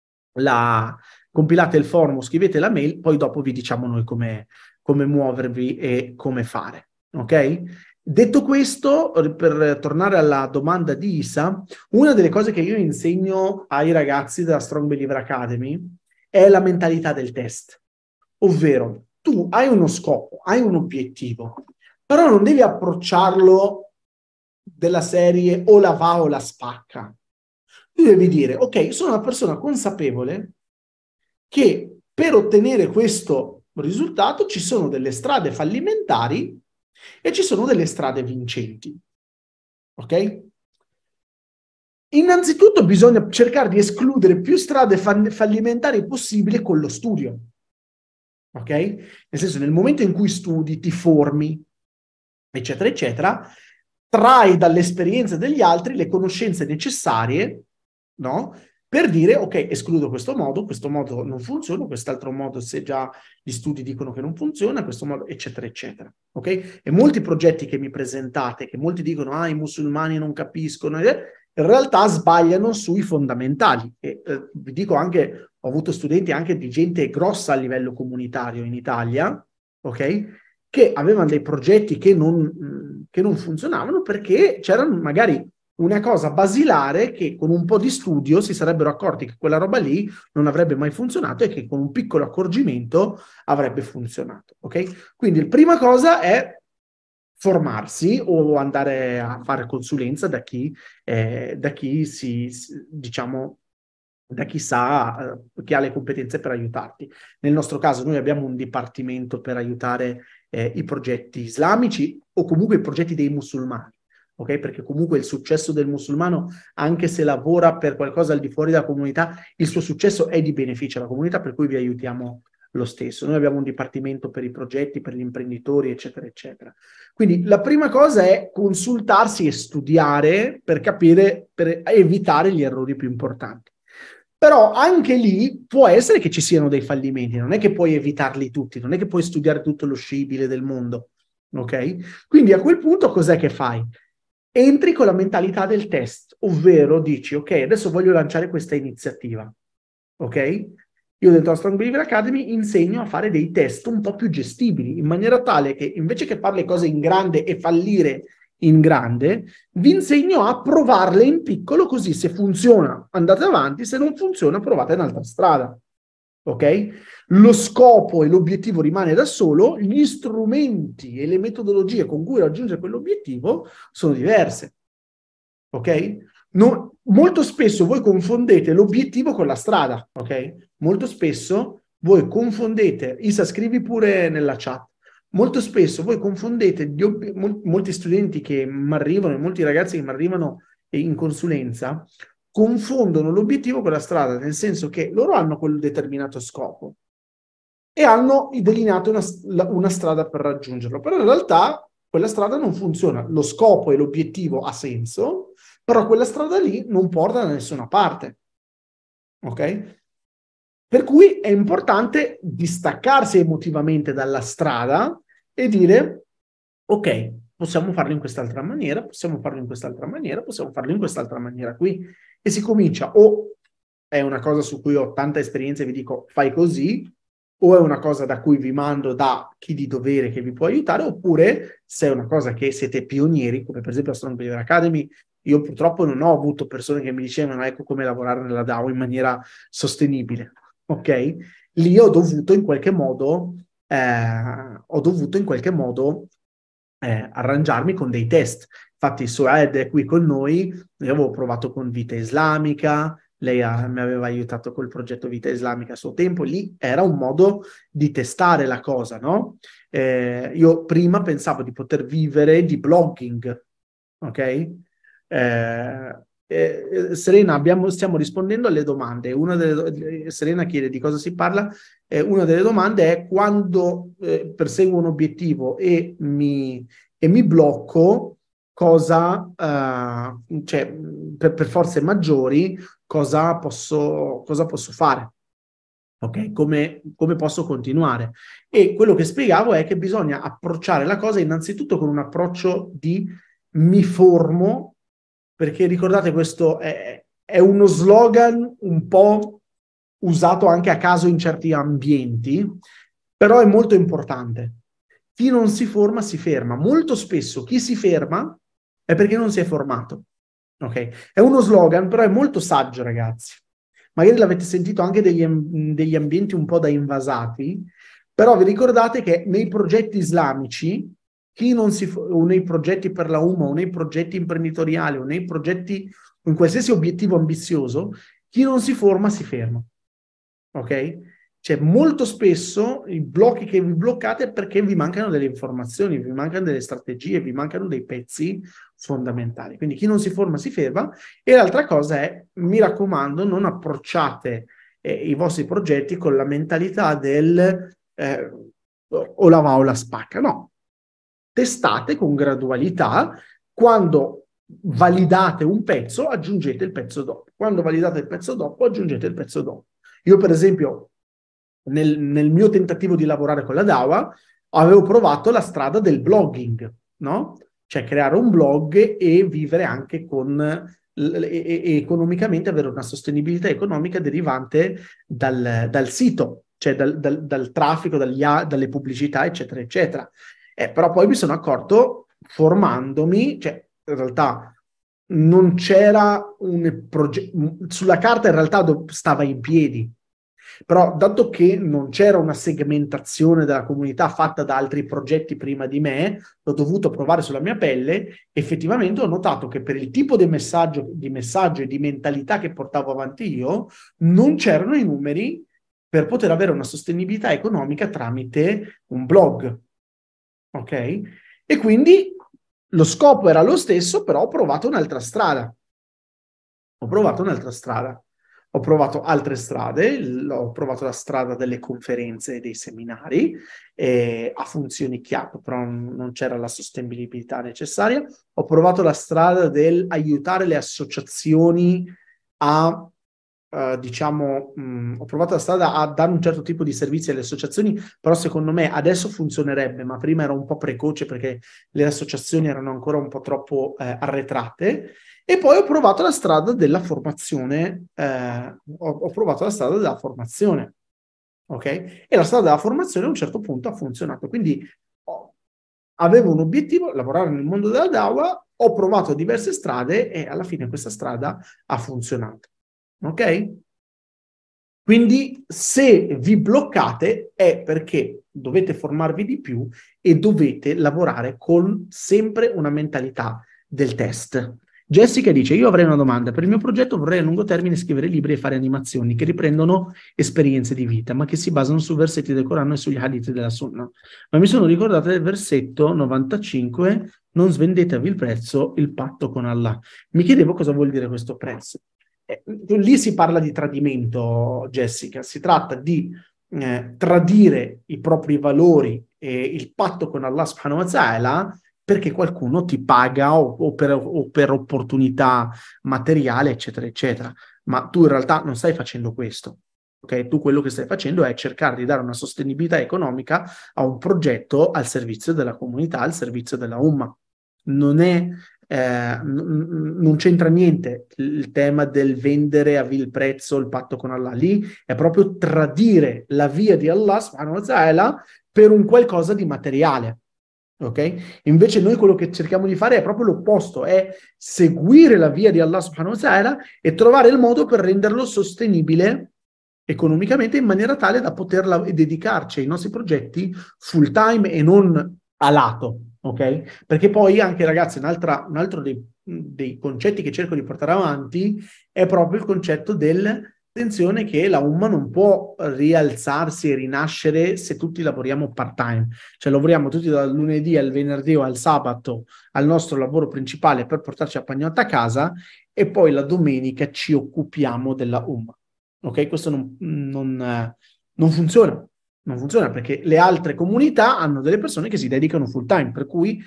La, compilate il forum, scrivete la mail, poi dopo vi diciamo noi come, come muovervi e come fare, ok? Detto questo, per tornare alla domanda di Isa, una delle cose che io insegno ai ragazzi della Strong Believer Academy è la mentalità del test, ovvero tu hai uno scopo, hai un obiettivo, però non devi approcciarlo della serie o la va o la spacca. Tu devi dire, ok, sono una persona consapevole che per ottenere questo risultato ci sono delle strade fallimentari e ci sono delle strade vincenti. Ok? Innanzitutto bisogna cercare di escludere più strade fallimentari possibili con lo studio. Ok? Nel senso, nel momento in cui studi, ti formi, eccetera, eccetera, trai dall'esperienza degli altri le conoscenze necessarie, no? Per dire, ok, escludo questo modo, questo modo non funziona, quest'altro modo, se già gli studi dicono che non funziona, questo modo, eccetera, eccetera, ok? E molti progetti che mi presentate, che molti dicono, ah, i musulmani non capiscono, in realtà sbagliano sui fondamentali. E eh, vi dico anche, ho avuto studenti anche di gente grossa a livello comunitario in Italia, ok? Che avevano dei progetti che non, che non funzionavano perché c'erano magari una cosa basilare che con un po' di studio si sarebbero accorti che quella roba lì non avrebbe mai funzionato e che con un piccolo accorgimento avrebbe funzionato, ok? Quindi la prima cosa è formarsi o andare a fare consulenza da chi, eh, da chi si, diciamo, da chi sa, eh, chi ha le competenze per aiutarti. Nel nostro caso noi abbiamo un dipartimento per aiutare eh, i progetti islamici o comunque i progetti dei musulmani. Ok? Perché comunque il successo del musulmano, anche se lavora per qualcosa al di fuori della comunità, il suo successo è di beneficio alla comunità, per cui vi aiutiamo lo stesso. Noi abbiamo un dipartimento per i progetti, per gli imprenditori, eccetera, eccetera. Quindi la prima cosa è consultarsi e studiare per capire, per evitare gli errori più importanti. Però anche lì può essere che ci siano dei fallimenti, non è che puoi evitarli tutti, non è che puoi studiare tutto lo scibile del mondo, ok? Quindi a quel punto cos'è che fai? Entri con la mentalità del test, ovvero dici, ok, adesso voglio lanciare questa iniziativa, ok? Io dentro la Strong Believer Academy insegno a fare dei test un po' più gestibili, in maniera tale che invece che fare le cose in grande e fallire in grande, vi insegno a provarle in piccolo, così se funziona andate avanti, se non funziona provate un'altra strada, ok? Lo scopo e l'obiettivo rimane da solo, gli strumenti e le metodologie con cui raggiungere quell'obiettivo sono diverse, ok? Non, molto spesso voi confondete l'obiettivo con la strada, ok? Molto spesso voi confondete, Isa scrivi pure nella chat, molto spesso voi confondete gli ob- mol- molti studenti che mi arrivano, molti ragazzi che mi arrivano in consulenza, confondono l'obiettivo con la strada, nel senso che loro hanno quel determinato scopo e hanno delineato una, una strada per raggiungerlo, però in realtà quella strada non funziona, lo scopo e l'obiettivo ha senso, però quella strada lì non porta da nessuna parte, ok? Per cui è importante distaccarsi emotivamente dalla strada e dire, ok, possiamo farlo in quest'altra maniera, possiamo farlo in quest'altra maniera, possiamo farlo in quest'altra maniera qui. E si comincia, o è una cosa su cui ho tanta esperienza e vi dico, fai così, o è una cosa da cui vi mando da chi di dovere che vi può aiutare, oppure se è una cosa che siete pionieri, come per esempio la Strong Believer Academy, io purtroppo non ho avuto persone che mi dicevano ecco come lavorare nella D A O in maniera sostenibile. Ok? Lì ho dovuto in qualche modo, eh, ho dovuto in qualche modo eh, arrangiarmi con dei test. Infatti Sued è qui con noi, io avevo provato con Vita Islamica, lei ha, mi aveva aiutato col progetto Vita Islamica a suo tempo, lì era un modo di testare la cosa, no? Eh, io prima pensavo di poter vivere di blogging, ok? Eh, Eh, Serena, abbiamo, stiamo rispondendo alle domande. Una delle, Serena chiede di cosa si parla. Eh, una delle domande è quando eh, perseguo un obiettivo e mi, e mi blocco, cosa, uh, cioè, per, per forze maggiori, cosa posso, cosa posso fare? Ok? Come, come posso continuare? E quello che spiegavo è che bisogna approcciare la cosa innanzitutto con un approccio di mi formo, perché ricordate questo è, è uno slogan un po' usato anche a caso in certi ambienti, però è molto importante. Chi non si forma si ferma. Molto spesso chi si ferma è perché non si è formato. Ok? È uno slogan, però è molto saggio, ragazzi. Magari l'avete sentito anche degli, degli ambienti un po' da invasati, però vi ricordate che nei progetti islamici chi non si, o nei progetti per la Umma, o nei progetti imprenditoriali, o nei progetti, in qualsiasi obiettivo ambizioso, chi non si forma si ferma. Ok? Cioè, molto spesso i blocchi che vi bloccate è perché vi mancano delle informazioni, vi mancano delle strategie, vi mancano dei pezzi fondamentali. Quindi chi non si forma si ferma. E l'altra cosa è, mi raccomando, non approcciate eh, i vostri progetti con la mentalità del eh, o la va o la spacca. No. Testate con gradualità, quando validate un pezzo aggiungete il pezzo dopo, quando validate il pezzo dopo aggiungete il pezzo dopo. Io per esempio nel, nel mio tentativo di lavorare con la Dawa avevo provato la strada del blogging, no? Cioè creare un blog e vivere anche con e, e economicamente avere una sostenibilità economica derivante dal, dal sito, cioè dal, dal, dal traffico, dagli, dalle pubblicità eccetera eccetera. Eh, però poi mi sono accorto, formandomi, cioè in realtà non c'era un progetto, sulla carta in realtà stava in piedi, però dato che non c'era una segmentazione della comunità fatta da altri progetti prima di me, l'ho dovuto provare sulla mia pelle, effettivamente ho notato che per il tipo di messaggio, di messaggio e di mentalità che portavo avanti io, non c'erano i numeri per poter avere una sostenibilità economica tramite un blog. Ok? E quindi lo scopo era lo stesso, però ho provato un'altra strada. Ho provato un'altra strada. Ho provato altre strade, l- ho provato la strada delle conferenze e dei seminari, eh, a funzioni chiaro, però non non c'era la sostenibilità necessaria. Ho provato la strada del aiutare le associazioni a, eh, diciamo, mh, ho provato la strada a dare un certo tipo di servizi alle associazioni, però secondo me adesso funzionerebbe, ma prima era un po' precoce perché le associazioni erano ancora un po' troppo eh, arretrate. E poi ho provato la strada della formazione, eh, ho, ho provato la strada della formazione, ok? E la strada della formazione a un certo punto ha funzionato. Quindi ho- avevo un obiettivo, lavorare nel mondo della Dawa, ho provato diverse strade e alla fine questa strada ha funzionato, ok? Quindi se vi bloccate è perché dovete formarvi di più e dovete lavorare con sempre una mentalità del test. Jessica dice, io avrei una domanda, per il mio progetto vorrei a lungo termine scrivere libri e fare animazioni che riprendono esperienze di vita, ma che si basano su versetti del Corano e sugli hadith della Sunna. Ma mi sono ricordata del versetto novantacinque, non svendetevi il prezzo, il patto con Allah. Mi chiedevo cosa vuol dire questo prezzo. Eh, lì si parla di tradimento, Jessica, si tratta di eh, tradire i propri valori e il patto con Allah subhanahu wa ta'ala perché qualcuno ti paga o, o, per, o per opportunità materiale, eccetera, eccetera. Ma tu in realtà non stai facendo questo. Okay? Tu quello che stai facendo è cercare di dare una sostenibilità economica a un progetto al servizio della comunità, al servizio della Ummah. Non è Eh, n- non c'entra niente il tema del vendere a vil prezzo il patto con Allah. Lì è proprio tradire la via di Allah subhanahu wa ta'ala per un qualcosa di materiale, ok? Invece noi quello che cerchiamo di fare è proprio l'opposto, è seguire la via di Allah subhanahu wa ta'ala e trovare il modo per renderlo sostenibile economicamente in maniera tale da poterla dedicarci ai nostri progetti full time e non a lato. Ok? Perché poi anche, ragazzi, un'altra, un altro dei, dei concetti che cerco di portare avanti è proprio il concetto dell'attenzione che la Ummah non può rialzarsi e rinascere se tutti lavoriamo part-time. Cioè lavoriamo tutti dal lunedì al venerdì o al sabato al nostro lavoro principale per portarci a pagnotta a casa e poi la domenica ci occupiamo della Ummah. Ok? Questo non, non, non funziona. Non funziona perché le altre comunità hanno delle persone che si dedicano full time, per cui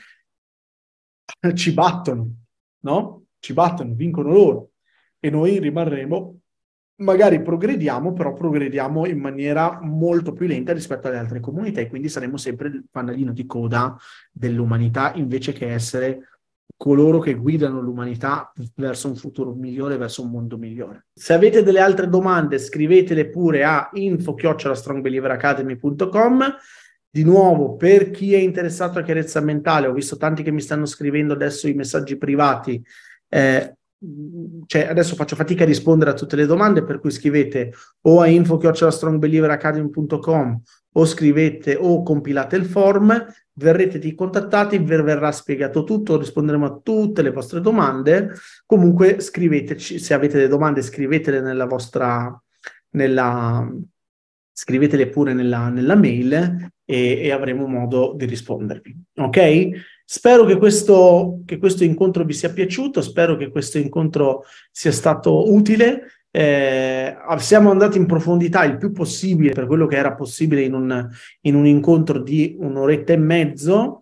ci battono, no? Ci battono, vincono loro. E noi rimarremo, magari progrediamo, però progrediamo in maniera molto più lenta rispetto alle altre comunità e quindi saremo sempre il fanalino di coda dell'umanità invece che essere coloro che guidano l'umanità verso un futuro migliore, verso un mondo migliore. Se avete delle altre domande, scrivetele pure a info chiocciola strong believer academy punto com. Di nuovo, per chi è interessato a chiarezza mentale, ho visto tanti che mi stanno scrivendo adesso i messaggi privati, eh, cioè adesso faccio fatica a rispondere a tutte le domande, per cui scrivete o a info chiocciola strong believer academy punto com o scrivete o compilate il form, verrete contattati, vi verrà spiegato tutto, risponderemo a tutte le vostre domande. Comunque scriveteci, se avete delle domande scrivetele nella vostra, nella, scrivetele pure nella, nella mail e, e avremo modo di rispondervi. Ok? Spero che questo, che questo incontro vi sia piaciuto, spero che questo incontro sia stato utile. Eh, siamo andati in profondità il più possibile per quello che era possibile in un, in un incontro di un'oretta e mezzo,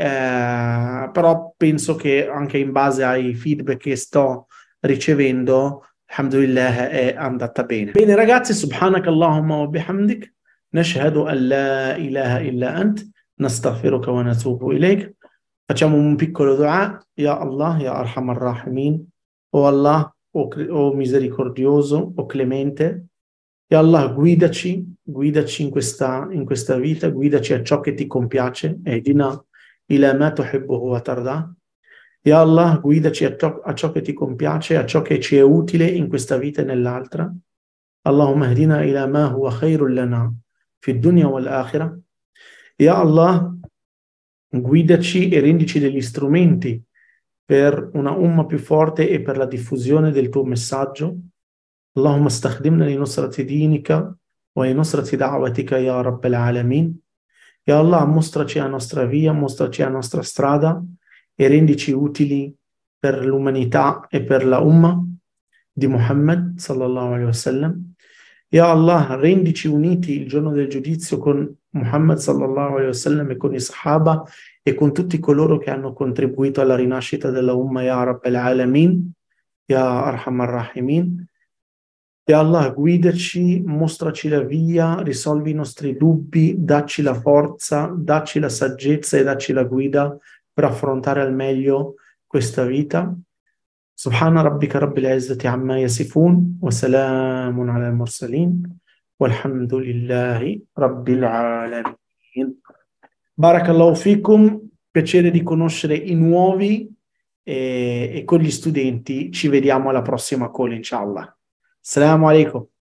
eh, però penso che anche in base ai feedback che sto ricevendo, alhamdulillah, è andata bene. Bene ragazzi, subhanakallahumma wa bihamdik, nashhadu an la ilaha illa ant, nastaghfiruka wa natubu ilayk. Facciamo un piccolo dua. Ya Allah, ya Arhamar Rahimin, o Allah, o, o misericordioso, o clemente, ya Allah, guidaci, guidaci in questa, in questa vita, guidaci a ciò che ti compiace, ehdina ila ma tuhibbuhu wa tarda. Ya Allah, guidaci a ciò, a ciò che ti compiace, a ciò che ci è utile in questa vita e nell'altra. Allahumma ehdina ila ma huwa khairul lana fi dunya wal akhirah. Ya Allah, guidaci e rendici degli strumenti per una umma più forte e per la diffusione del tuo messaggio. Allahumma stakhdimna li nusrati dinika wa li nusrati da'watika ya Rabbal Alamin. Ya Allah, mostraci la nostra via, mostraci la nostra strada e rendici utili per l'umanità e per la umma. di Muhammad sallallahu alaihi wasallam. Ya Allah, rendici uniti il giorno del giudizio con Muhammad sallallahu alaihi wasallam e con i Sahaba e con tutti coloro che hanno contribuito alla rinascita della Umma, Ya Rabbal Alamin, Ya Arhamar Rahimin. Ya Allah, guidaci, mostraci la via, risolvi i nostri dubbi, dacci la forza, dacci la saggezza e dacci la guida per affrontare al meglio questa vita. Subhana rabbika rabbil izzati amma yasifun wa salamun ala al-mursalin walhamdulillahi rabbil alamin. Barakallahu fikum, piacere di conoscere i nuovi e, e con gli studenti ci vediamo alla prossima call, inshallah. Assalamu alaikum.